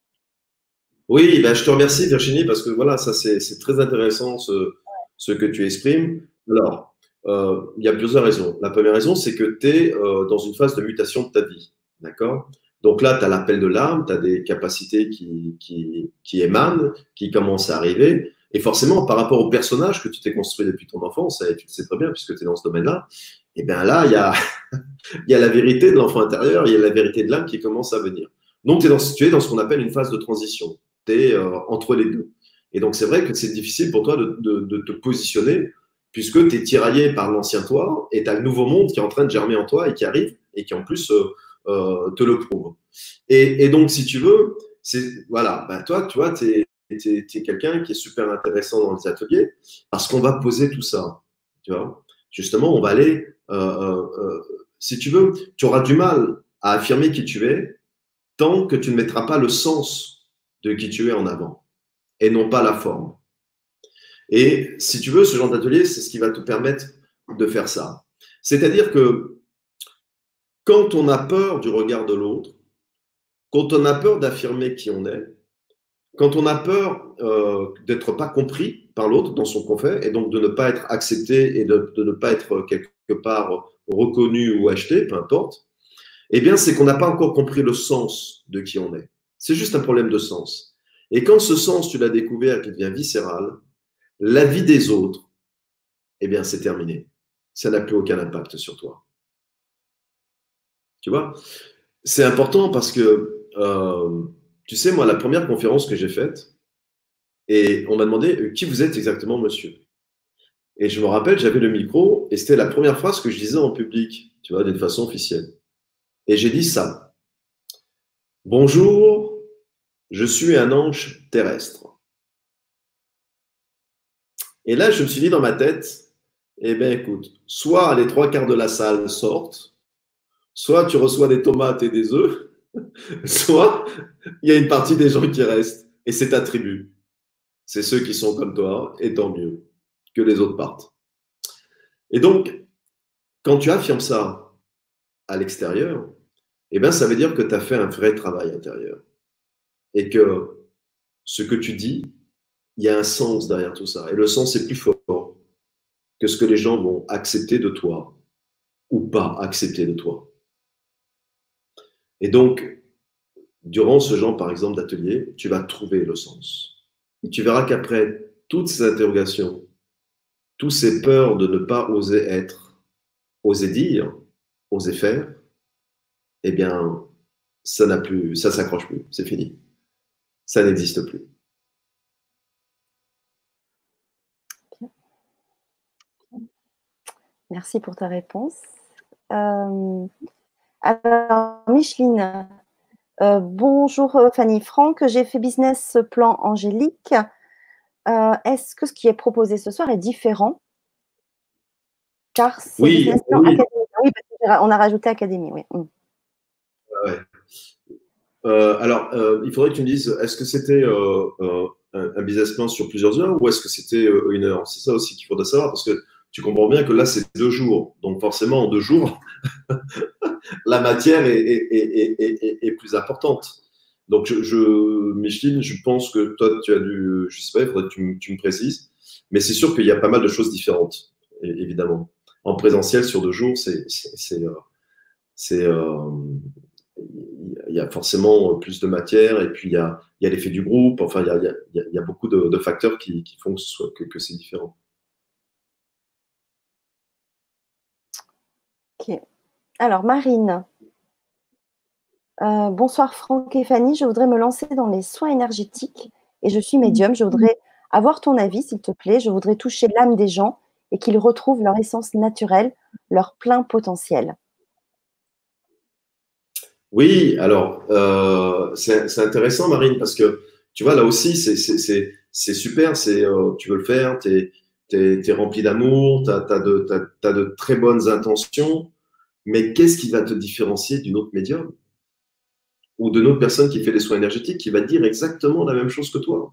Oui, ben, je te remercie Virginie, parce que voilà, ça c'est, c'est très intéressant ce, ce que tu exprimes. Alors, euh, il y a plusieurs raisons. La première raison, c'est que tu es euh, dans une phase de mutation de ta vie. D'accord? Donc là, tu as l'appel de l'âme, tu as des capacités qui, qui, qui émanent, qui commencent à arriver. Et forcément, par rapport au personnage que tu t'es construit depuis ton enfance, et tu le sais très bien puisque tu es dans ce domaine-là, et bien là, il y a, il y a la vérité de l'enfant intérieur, il y a la vérité de l'âme qui commence à venir. Donc, t'es dans, tu es dans ce qu'on appelle une phase de transition. Tu es euh, entre les deux. Et donc, c'est vrai que c'est difficile pour toi de, de, de te positionner puisque tu es tiraillé par l'ancien toi et tu as le nouveau monde qui est en train de germer en toi et qui arrive et qui en plus euh, euh, te le prouve. Et, et donc, si tu veux, c'est, voilà, bah, toi, tu vois, tu es quelqu'un qui est super intéressant dans les ateliers parce qu'on va poser tout ça. Tu vois, justement, on va aller, euh, euh, euh, si tu veux, tu auras du mal à affirmer qui tu es tant que tu ne mettras pas le sens de qui tu es en avant et non pas la forme. Et si tu veux, ce genre d'atelier, c'est ce qui va te permettre de faire ça. C'est-à-dire que quand on a peur du regard de l'autre, quand on a peur d'affirmer qui on est, quand on a peur euh, d'être pas compris par l'autre dans son qu'on fait et donc de ne pas être accepté et de, de ne pas être quelque part reconnu ou acheté, peu importe, eh bien, c'est qu'on n'a pas encore compris le sens de qui on est. C'est juste un problème de sens. Et quand ce sens, tu l'as découvert, qui devient viscéral, la vie des autres, eh bien, c'est terminé. Ça n'a plus aucun impact sur toi. Tu vois? C'est important parce que, euh, tu sais, moi, la première conférence que j'ai faite, et on m'a demandé qui vous êtes exactement, monsieur. Et je me rappelle, j'avais le micro, et c'était la première phrase que je disais en public, tu vois, d'une façon officielle. Et j'ai dit ça. Bonjour, je suis un ange terrestre. Et là, je me suis dit dans ma tête, eh bien, écoute, soit les trois quarts de la salle sortent, soit tu reçois des tomates et des œufs, soit il y a une partie des gens qui restent. Et c'est ta tribu. C'est ceux qui sont comme toi, et tant mieux que les autres partent. Et donc, quand tu affirmes ça à l'extérieur, eh bien, ça veut dire que tu as fait un vrai travail intérieur. Et que ce que tu dis, il y a un sens derrière tout ça. Et le sens est plus fort que ce que les gens vont accepter de toi ou pas accepter de toi. Et donc, durant ce genre, par exemple, d'atelier, tu vas trouver le sens. Et tu verras qu'après toutes ces interrogations, toutes ces peurs de ne pas oser être, oser dire, oser faire, eh bien, ça n'a plus, ça s'accroche plus, c'est fini. Ça n'existe plus. Merci pour ta réponse. Euh, alors, Micheline, euh, bonjour Fanny Franck, j'ai fait business plan Angélique. Euh, Est-ce que ce qui est proposé ce soir est différent? Car c'est oui, business plan oui. académie. Oui, parce on a rajouté académie, oui. Mm. Ouais. Euh, alors, euh, il faudrait que tu me dises, est-ce que c'était euh, euh, un, un business plan sur plusieurs heures ou est-ce que c'était euh, une heure? C'est ça aussi qu'il faudrait savoir parce que tu comprends bien que là, c'est deux jours. Donc, forcément, en deux jours, la matière est, est, est, est, est plus importante. Donc, je, je, Micheline, je pense que toi, tu as dû, je sais pas, il faudrait que tu, tu me précises, mais c'est sûr qu'il y a pas mal de choses différentes, évidemment. En présentiel, sur deux jours, c'est, c'est, c'est, euh, c'est euh, il y a forcément plus de matière et puis il y a, il y a l'effet du groupe. Enfin, il y a, il y a, il y a beaucoup de, de facteurs qui, qui font que, ce soit, que, que c'est différent. Ok. Alors, Marine. Euh, bonsoir Franck et Fanny, je voudrais me lancer dans les soins énergétiques et je suis médium. Je voudrais avoir ton avis, s'il te plaît. Je voudrais toucher l'âme des gens et qu'ils retrouvent leur essence naturelle, leur plein potentiel. Oui, alors, euh, c'est c'est intéressant, Marine, parce que tu vois, là aussi, c'est c'est- c'est- c'est super. C'est, euh, tu veux le faire, tu es, rempli d'amour, tu as, de, t'as- t'as de très bonnes intentions, mais qu'est-ce qui va te différencier d'une autre médium ou d'une autre personne qui fait des soins énergétiques qui va te dire exactement la même chose que toi?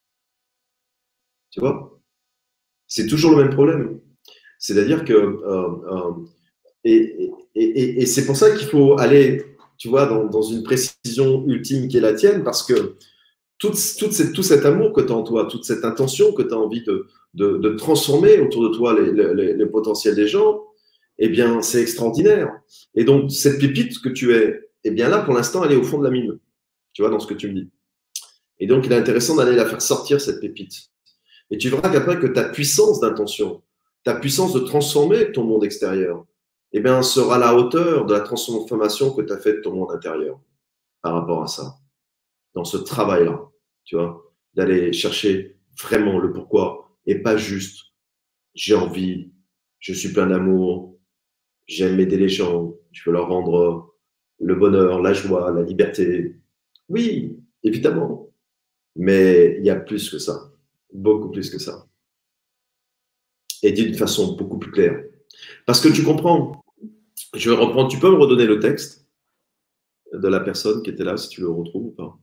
Tu vois? C'est toujours le même problème. C'est-à-dire que, euh, euh, et, et, et, et c'est pour ça qu'il faut aller, tu vois, dans, dans une précision ultime qui est la tienne, parce que toute, toute cette, tout cet amour que tu as en toi, toute cette intention que tu as envie de, de, de transformer autour de toi les, les, les potentiels des gens, eh bien, c'est extraordinaire. Et donc, cette pépite que tu es, eh bien là, pour l'instant, elle est au fond de la mine, tu vois, dans ce que tu me dis. Et donc, il est intéressant d'aller la faire sortir, cette pépite. Et tu verras qu'après que ta puissance d'intention, ta puissance de transformer ton monde extérieur, eh bien, sera à la hauteur de la transformation que tu as faite de ton monde intérieur par rapport à ça, dans ce travail-là, tu vois, d'aller chercher vraiment le pourquoi et pas juste j'ai envie, je suis plein d'amour, j'aime aider les gens, je veux leur rendre le bonheur, la joie, la liberté. Oui, évidemment, mais il y a plus que ça, beaucoup plus que ça. Et dit d'une façon beaucoup plus claire. Parce que tu comprends, je vais reprendre, tu peux me redonner le texte de la personne qui était là, si tu le retrouves ou pas.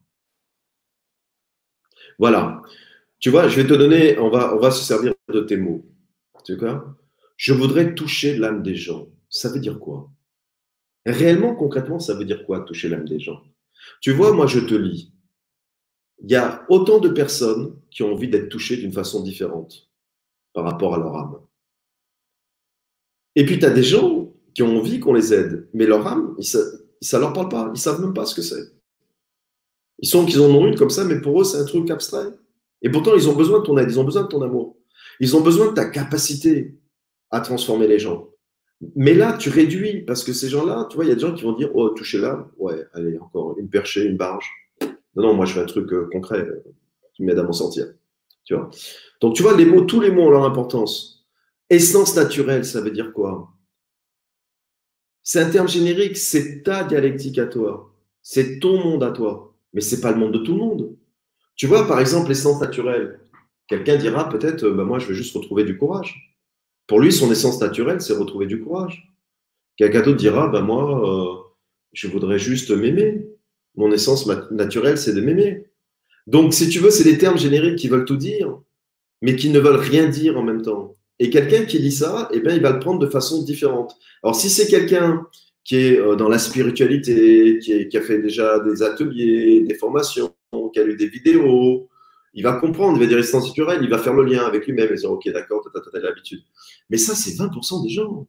Voilà. Tu vois, je vais te donner, on va, on va se servir de tes mots. Tu vois? Je voudrais toucher l'âme des gens. Ça veut dire quoi? Réellement, concrètement, ça veut dire quoi, toucher l'âme des gens? Tu vois, moi, je te lis. Il y a autant de personnes qui ont envie d'être touchées d'une façon différente par rapport à leur âme. Et puis, tu as des gens qui ont envie qu'on les aide, mais leur âme, ça ne leur parle pas. Ils ne savent même pas ce que c'est. Ils sont qu'ils en ont une comme ça, mais pour eux, c'est un truc abstrait. Et pourtant, ils ont besoin de ton aide, ils ont besoin de ton amour. Ils ont besoin de ta capacité à transformer les gens. Mais là, tu réduis, parce que ces gens-là, tu vois, il y a des gens qui vont dire, oh, toucher l'âme, ouais, allez, encore une perchée, une barge. Non, non, moi, je fais un truc euh, concret euh, qui m'aide à m'en sortir. Tu vois. Donc, tu vois, les mots, tous les mots ont leur importance. Essence naturelle, ça veut dire quoi? C'est un terme générique, c'est ta dialectique à toi. C'est ton monde à toi. Mais c'est pas le monde de tout le monde. Tu vois, par exemple, l'essence naturelle. Quelqu'un dira peut-être, bah, moi, je veux juste retrouver du courage. Pour lui, son essence naturelle, c'est retrouver du courage. Quelqu'un d'autre dira, bah, moi, euh, je voudrais juste m'aimer. Mon essence naturelle, c'est de m'aimer. Donc, si tu veux, c'est des termes génériques qui veulent tout dire, mais qui ne veulent rien dire en même temps. Et quelqu'un qui dit ça, eh bien, il va le prendre de façon différente. Alors, si c'est quelqu'un qui est euh, dans la spiritualité, qui, est, qui a fait déjà des ateliers, des formations, qui a lu des vidéos, il va comprendre, il va dire essence naturelle, il va faire le lien avec lui-même et dire, OK, d'accord, tu as l'habitude. Mais ça, c'est vingt pour cent des gens.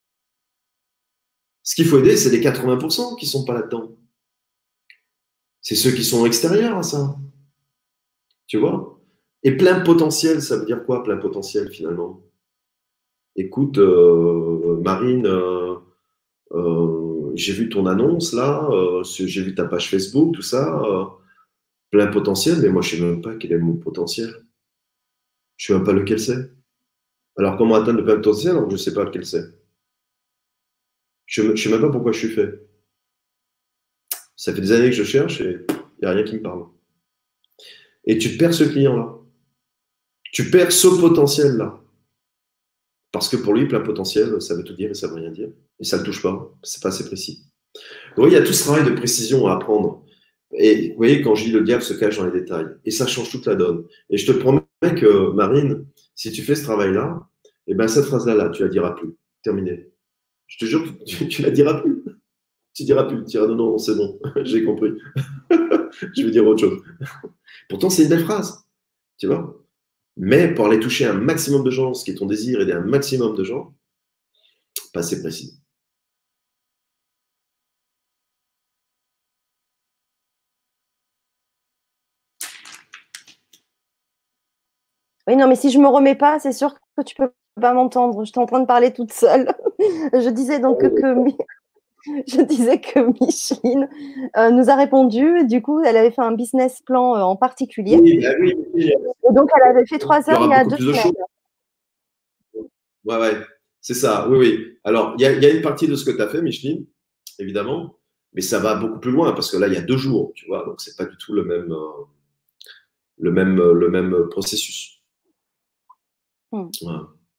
Ce qu'il faut aider, c'est les quatre-vingts pour cent qui ne sont pas là-dedans. C'est ceux qui sont extérieurs à ça. Tu vois? Et plein potentiel, ça veut dire quoi, plein potentiel, finalement? Écoute, euh, Marine, euh, euh, euh, j'ai vu ton annonce là, euh, j'ai vu ta page Facebook, tout ça, euh, plein potentiel, mais moi je sais même pas quel est mon potentiel. Je sais même pas lequel c'est. Alors comment atteindre le plein potentiel alors que je sais pas lequel c'est. Je ne sais même pas pourquoi je suis fait. Ça fait des années que je cherche et il n'y a rien qui me parle. Et tu perds ce client-là. Tu perds ce potentiel-là. Parce que pour lui, plein potentiel, ça veut tout dire et ça veut rien dire. Et ça ne le touche pas. C'est pas assez précis. Donc, il y a tout ce travail de précision à apprendre. Et vous voyez, quand je dis le diable se cache dans les détails, et ça change toute la donne. Et je te promets que, Marine, si tu fais ce travail-là, eh ben, cette phrase-là, là, tu la diras plus. Terminé. Je te jure que tu, tu la diras plus. Tu diras plus. Tu diras non, non, c'est bon, j'ai compris. Je vais dire autre chose. Pourtant, c'est une belle phrase. Tu vois? Mais pour aller toucher un maximum de gens, ce qui est ton désir, aider un maximum de gens, pas assez précis. Oui, non, mais si je ne me remets pas, c'est sûr que tu ne peux pas m'entendre. J'étais en train de parler toute seule. Je disais donc que, je disais que Micheline euh, nous a répondu. Du coup, elle avait fait un business plan euh, en particulier. Oui, bah oui, oui. Et donc, elle avait fait trois heures il y a deux semaines. Ouais, ouais, c'est ça. Oui, oui. Alors, il y, y a une partie de ce que tu as fait, Micheline, évidemment, mais ça va beaucoup plus loin parce que là, il y a deux jours, tu vois, donc c'est pas du tout le même, euh, le même, euh, le même processus. Hmm. Ouais.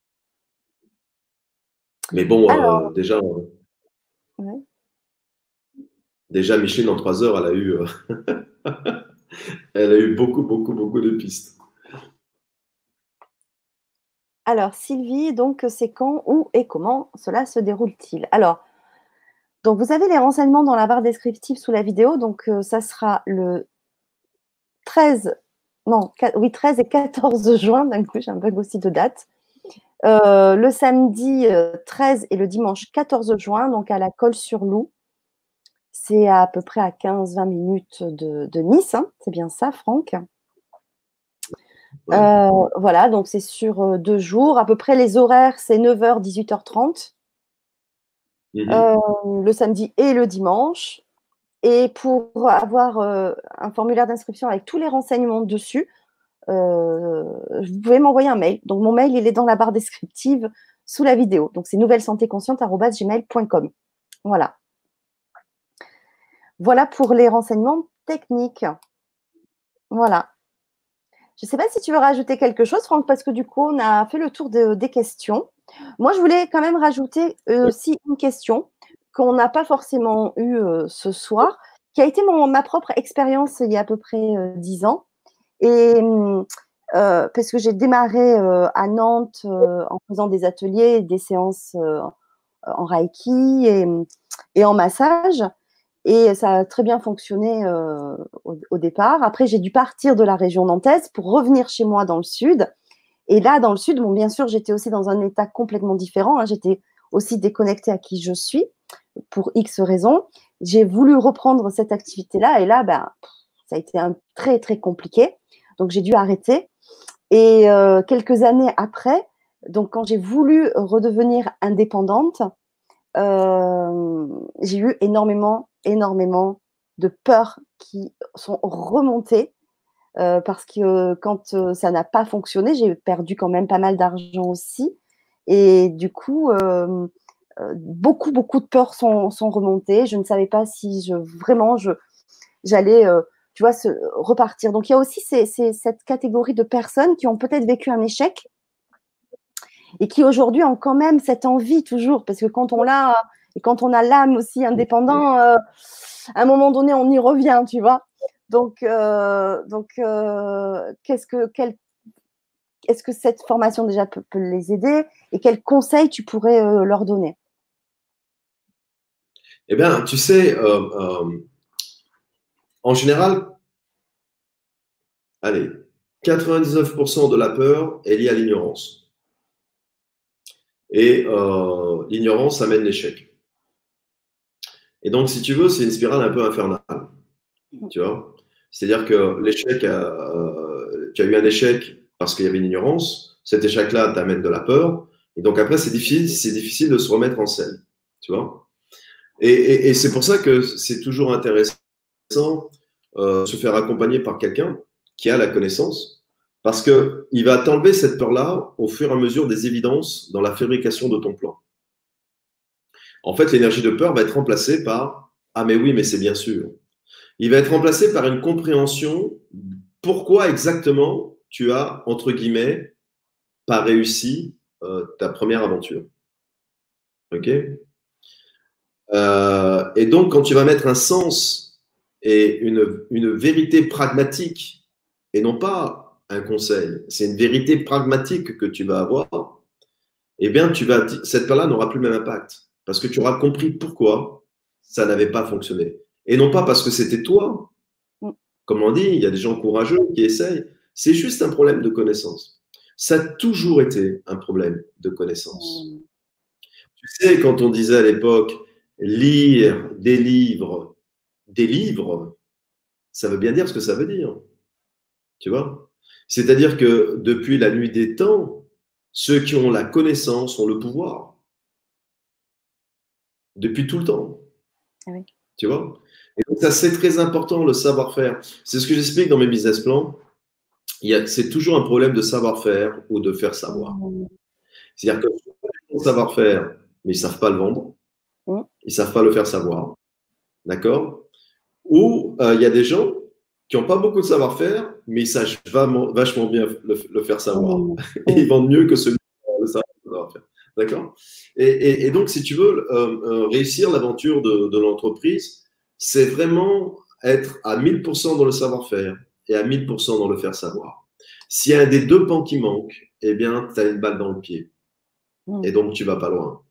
Mais bon, Alors, euh, déjà, euh, ouais. déjà, Micheline, en trois heures, elle a eu, euh, elle a eu beaucoup, beaucoup, beaucoup de pistes. Alors, Sylvie, donc, c'est quand, où et comment cela se déroule-t-il? Alors, donc, vous avez les renseignements dans la barre descriptive sous la vidéo. Donc, euh, ça sera le treize, non, oui, treize et quatorze juin. D'un coup, j'ai un bug aussi de date. Euh, le samedi euh, treize et le dimanche quatorze juin, donc à la Colle-sur-Loup. C'est à peu près à quinze à vingt minutes de, de Nice. Hein. C'est bien ça, Franck? Ouais. Euh, voilà, donc c'est sur euh, deux jours. À peu près les horaires, c'est neuf heures, dix-huit heures trente. Mmh. Euh, le samedi et le dimanche. Et pour avoir euh, un formulaire d'inscription avec tous les renseignements dessus, euh, vous pouvez m'envoyer un mail. Donc, mon mail, il est dans la barre descriptive sous la vidéo. Donc, c'est nouvelle santé consciente arobase gmail point com. Voilà. Voilà pour les renseignements techniques. Voilà. Je ne sais pas si tu veux rajouter quelque chose, Franck, parce que du coup, on a fait le tour de, des questions. Moi, je voulais quand même rajouter euh, aussi une question qu'on n'a pas forcément eue euh, ce soir, qui a été mon, ma propre expérience il y a à peu près euh, dix ans. Et euh, parce que j'ai démarré euh, à Nantes euh, en faisant des ateliers, des séances euh, en Reiki et, et en massage. Et ça a très bien fonctionné euh, au, au départ. Après, j'ai dû partir de la région nantaise pour revenir chez moi dans le sud. Et là, dans le sud, bon, bien sûr, j'étais aussi dans un état complètement différent. Hein. J'étais aussi déconnectée à qui je suis pour X raisons. J'ai voulu reprendre cette activité-là. Et là, ben, ça a été un, très, très compliqué. Donc, j'ai dû arrêter. Et euh, quelques années après, donc quand j'ai voulu redevenir indépendante, euh, j'ai eu énormément, énormément de peurs qui sont remontées euh, parce que euh, quand euh, ça n'a pas fonctionné, j'ai perdu quand même pas mal d'argent aussi. Et du coup, euh, euh, beaucoup, beaucoup de peurs sont, sont remontées. Je ne savais pas si je, vraiment je, j'allais, euh, tu vois, se, repartir. Donc, il y a aussi ces, ces, cette catégorie de personnes qui ont peut-être vécu un échec et qui aujourd'hui ont quand même cette envie toujours, parce que quand on l'a, et quand on a l'âme aussi indépendant, euh, à un moment donné, on y revient, tu vois. Donc, euh, donc euh, qu'est-ce que, quel, est-ce que cette formation déjà peut, peut les aider et quels conseils tu pourrais euh, leur donner? Eh bien, tu sais, euh, euh, en général, allez, quatre-vingt-dix-neuf pour cent de la peur est liée à l'ignorance. Et euh, l'ignorance amène l'échec. Et donc, si tu veux, c'est une spirale un peu infernale. Tu vois? C'est-à-dire que l'échec, euh, tu as eu un échec parce qu'il y avait une ignorance. Cet échec-là t'amène de la peur. Et donc, après, c'est difficile, c'est difficile de se remettre en selle. Tu vois? Et, et, et c'est pour ça que c'est toujours intéressant euh, de se faire accompagner par quelqu'un qui a la connaissance, parce qu'il va t'enlever cette peur-là au fur et à mesure des évidences dans la fabrication de ton plan. En fait, l'énergie de peur va être remplacée par « Ah mais oui, mais c'est bien sûr ». Il va être remplacé par une compréhension pourquoi exactement tu as, entre guillemets, pas réussi euh, ta première aventure. Ok? Euh, et donc, quand tu vas mettre un sens et une, une vérité pragmatique, et non pas un conseil, c'est une vérité pragmatique que tu vas avoir, eh bien, tu vas, cette peur-là n'aura plus le même impact. Parce que tu auras compris pourquoi ça n'avait pas fonctionné. Et non pas parce que c'était toi. Comme on dit, il y a des gens courageux qui essayent. C'est juste un problème de connaissance. Ça a toujours été un problème de connaissance. Mmh. Tu sais, quand on disait à l'époque, lire des livres, des livres, ça veut bien dire ce que ça veut dire. Tu vois? C'est-à-dire que depuis la nuit des temps, ceux qui ont la connaissance ont le pouvoir. Depuis tout le temps. Ah oui. Tu vois? Et donc, ça, c'est très important, le savoir-faire. C'est ce que j'explique dans mes business plans. C'est toujours un problème de savoir-faire ou de faire savoir. Mmh. C'est-à-dire que ils ont le savoir-faire, mais ils ne savent pas le vendre. Mmh. Ils ne savent pas le faire savoir. D'accord? Ou il euh, y a des gens qui n'ont pas beaucoup de savoir-faire, mais ils savent vachement bien le, le faire savoir. Mmh. Et ils vendent mieux que celui qui a le savoir-faire. D'accord? et, et, et donc, si tu veux euh, euh, réussir l'aventure de, de l'entreprise, c'est vraiment être à mille pour cent dans le savoir-faire et à mille pour cent dans le faire savoir. S'il y a un des deux pans qui manque, eh bien, tu as une balle dans le pied. Mmh. Et donc, tu vas pas loin.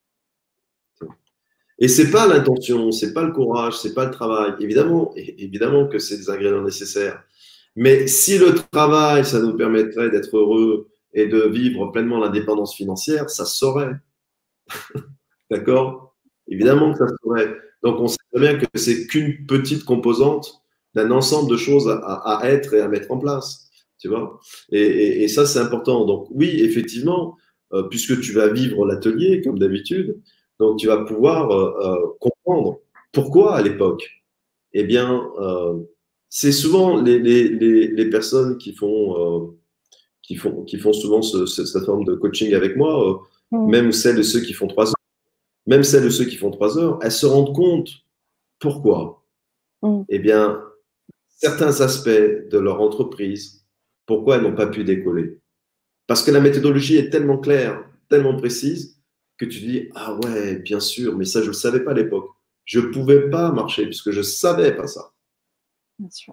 Et c'est pas l'intention, c'est pas le courage, c'est pas le travail. Évidemment, évidemment que c'est des ingrédients nécessaires. Mais si le travail, ça nous permettrait d'être heureux et de vivre pleinement l'indépendance financière, ça se saurait. D'accord? Évidemment que ça se saurait. Donc, on sait très bien que c'est qu'une petite composante d'un ensemble de choses à, à, être et à mettre en place. Tu vois? Et, et, et ça, c'est important. Donc, oui, effectivement, euh, puisque tu vas vivre l'atelier, comme d'habitude, donc tu vas pouvoir euh, euh, comprendre pourquoi à l'époque. Eh bien, euh, c'est souvent les, les, les, les personnes qui font, euh, qui font, qui font souvent ce, ce, cette forme de coaching avec moi, euh, mmh. même celles de ceux qui font trois heures, même celles de ceux qui font trois heures, elles se rendent compte pourquoi. Mmh. Eh bien, certains aspects de leur entreprise, pourquoi elles n'ont pas pu décoller. Parce que la méthodologie est tellement claire, tellement précise, que tu dis, ah ouais, bien sûr, mais ça, je ne le savais pas à l'époque. Je ne pouvais pas marcher puisque je ne savais pas ça. Bien sûr.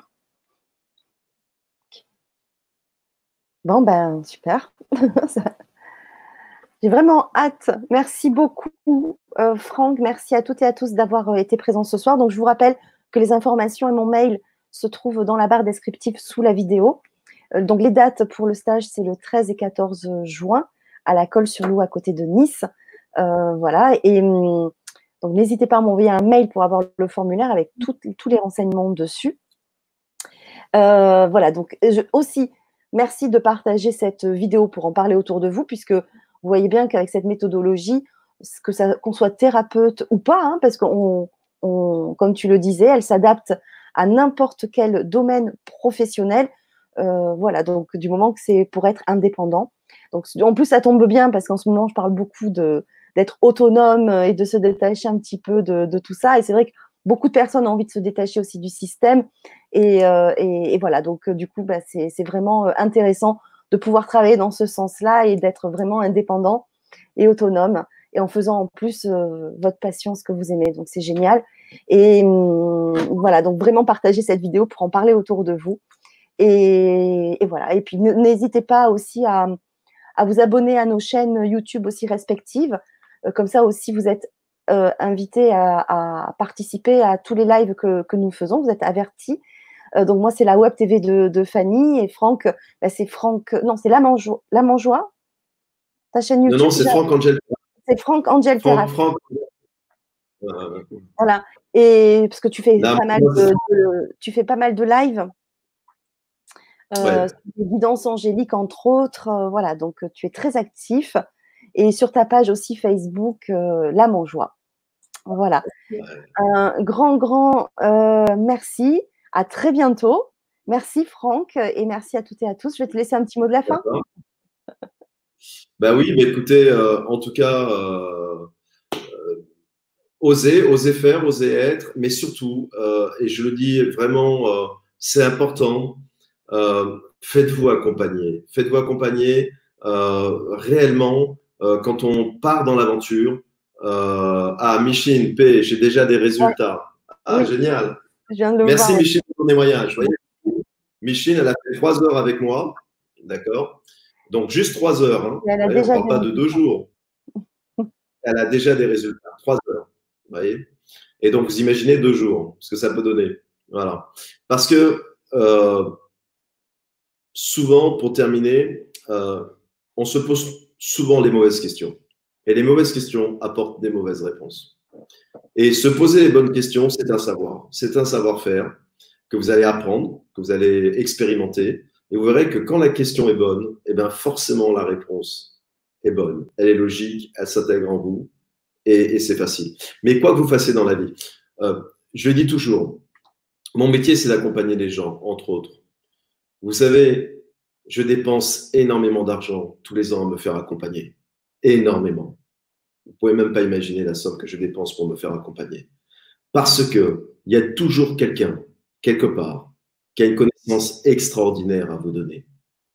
Bon, ben, super. J'ai vraiment hâte. Merci beaucoup, euh, Franck. Merci à toutes et à tous d'avoir été présents ce soir. Donc, je vous rappelle que les informations et mon mail se trouvent dans la barre descriptive sous la vidéo. Euh, donc, les dates pour le stage, c'est le treize et quatorze juin à la Colle-sur-Loup à côté de Nice. Euh, voilà. Et donc, n'hésitez pas à m'envoyer un mail pour avoir le formulaire avec tout, tous les renseignements dessus. Euh, voilà. Donc, je, aussi, merci de partager cette vidéo pour en parler autour de vous, puisque vous voyez bien qu'avec cette méthodologie, que ça, qu'on soit thérapeute ou pas, hein, parce qu'on, on, comme tu le disais, elle s'adapte à n'importe quel domaine professionnel. Euh, voilà, donc du moment que c'est pour être indépendant. Donc, en plus, ça tombe bien parce qu'en ce moment, je parle beaucoup de, d'être autonome et de se détacher un petit peu de, de tout ça. Et c'est vrai que beaucoup de personnes ont envie de se détacher aussi du système. Et, euh, et, et voilà, donc du coup, bah, c'est, c'est vraiment intéressant de pouvoir travailler dans ce sens-là et d'être vraiment indépendant et autonome, et en faisant en plus euh, votre passion, ce que vous aimez. Donc, c'est génial. Et hum, voilà, donc vraiment partager cette vidéo pour en parler autour de vous. Et, et voilà. Et puis, n'hésitez pas aussi à, à vous abonner à nos chaînes YouTube aussi respectives. Euh, comme ça aussi, vous êtes euh, invités à, à participer à tous les lives que, que nous faisons. Vous êtes avertis. Euh, donc, moi, c'est la Web T V de, de Fanny, et Franck, bah, c'est Franck, non, c'est La Manjoie, La Manjoie, ta chaîne YouTube. Non, non, c'est Franck Angel. C'est Franck Angel Franck, Franck. Euh, voilà. Et parce que tu fais, pas mal de, de, tu fais pas mal de live. Euh, ouais. Des guidances angéliques, entre autres. Euh, voilà, donc tu es très actif. Et sur ta page aussi Facebook, euh, La Manjoie. Voilà. Ouais. Un grand, grand euh, merci. À très bientôt. Merci Franck et merci à toutes et à tous. Je vais te laisser un petit mot de la fin. Ben oui, mais écoutez, euh, en tout cas, euh, oser, oser faire, oser être, mais surtout, euh, et je le dis vraiment, euh, c'est important, euh, faites-vous accompagner. Faites-vous accompagner euh, réellement euh, quand on part dans l'aventure. Euh, ah, Micheline, P, j'ai déjà des résultats. Ah, Oui, génial. je viens de le Merci voir. Micheline pour ton témoignage. Voyez, Micheline, elle a fait trois heures avec moi, d'accord? Donc juste trois heures, hein. Elle a Voyez, on ne déjà parle des pas de deux résultats. jours. Elle a déjà des résultats, trois heures. Vous voyez? Et donc, vous imaginez deux jours, ce que ça peut donner. Voilà. Parce que euh, souvent, pour terminer, euh, on se pose souvent les mauvaises questions. Et les mauvaises questions apportent des mauvaises réponses. Et se poser les bonnes questions, c'est un savoir. C'est un savoir-faire que vous allez apprendre, que vous allez expérimenter. Et vous verrez que quand la question est bonne, eh bien forcément la réponse est bonne. Elle est logique, elle s'intègre en vous et, et c'est facile. Mais quoi que vous fassiez dans la vie, euh, je le dis toujours, mon métier, c'est d'accompagner les gens, entre autres. Vous savez, je dépense énormément d'argent tous les ans à me faire accompagner. Énormément. Vous pouvez même pas imaginer la somme que je dépense pour me faire accompagner. Parce que il y a toujours quelqu'un, quelque part, qui a une connaissance extraordinaire à vous donner.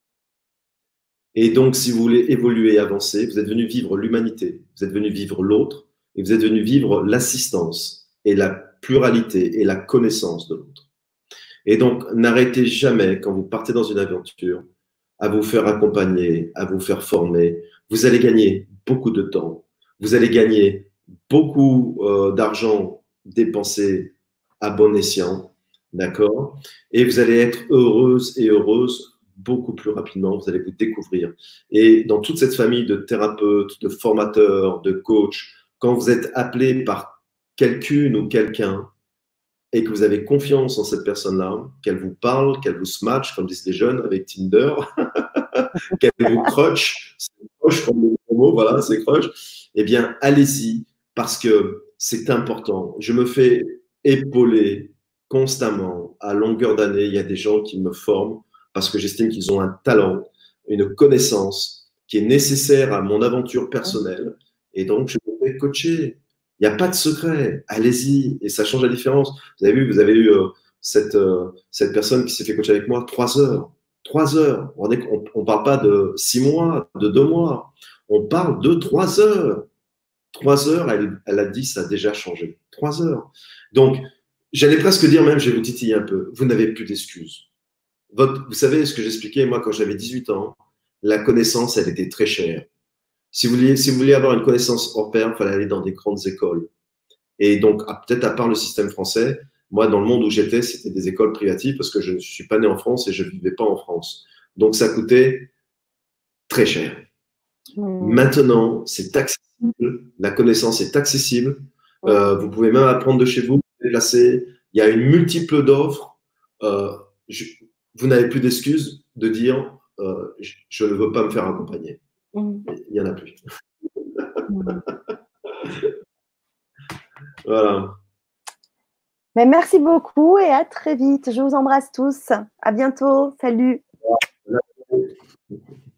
Et donc, si vous voulez évoluer et avancer, vous êtes venu vivre l'humanité, vous êtes venu vivre l'autre, et vous êtes venu vivre l'assistance et la pluralité et la connaissance de l'autre. Et donc, n'arrêtez jamais, quand vous partez dans une aventure, à vous faire accompagner, à vous faire former. Vous allez gagner beaucoup de temps. Vous allez gagner beaucoup euh, d'argent dépensé à bon escient. D'accord? Et vous allez être heureuse et heureuse beaucoup plus rapidement. Vous allez vous découvrir. Et dans toute cette famille de thérapeutes, de formateurs, de coachs, quand vous êtes appelé par quelqu'une ou quelqu'un, et que vous avez confiance en cette personne-là, qu'elle vous parle, qu'elle vous smatch, comme disent les jeunes avec Tinder, qu'elle vous croche, c'est croche comme le mot, voilà, c'est croche, eh bien, allez-y, parce que c'est important. Je me fais épauler constamment, à longueur d'année. Il y a des gens qui me forment parce que j'estime qu'ils ont un talent, une connaissance qui est nécessaire à mon aventure personnelle. Et donc, je me fais coacher. Il n'y a pas de secret. Allez-y. Et ça change la différence. Vous avez vu, vous avez eu euh, cette, euh, cette personne qui s'est fait coacher avec moi trois heures. Trois heures. On ne parle pas de six mois, de deux mois. On parle de trois heures. Trois heures, elle, elle a dit, ça a déjà changé. Trois heures. Donc, j'allais presque dire même, je vais vous titiller un peu, vous n'avez plus d'excuses. Votre, vous savez ce que j'expliquais, moi, quand j'avais dix-huit ans, la connaissance, elle était très chère. Si vous vouliez, si vous vouliez avoir une connaissance hors pair, il fallait aller dans des grandes écoles. Et donc, peut-être à part le système français, moi, dans le monde où j'étais, c'était des écoles privatives parce que je ne suis pas né en France et je ne vivais pas en France. Donc, ça coûtait très cher. Mmh. Maintenant, c'est accessible. La connaissance est accessible. Mmh. Euh, vous pouvez même apprendre de chez vous, vous déplacer. Il y a une multiple d'offres. Euh, je, vous n'avez plus d'excuses de dire euh, je, je ne veux pas me faire accompagner. Mmh. Il n'y en a plus. Mmh. Voilà. Mais merci beaucoup et à très vite. Je vous embrasse tous. À bientôt. Salut.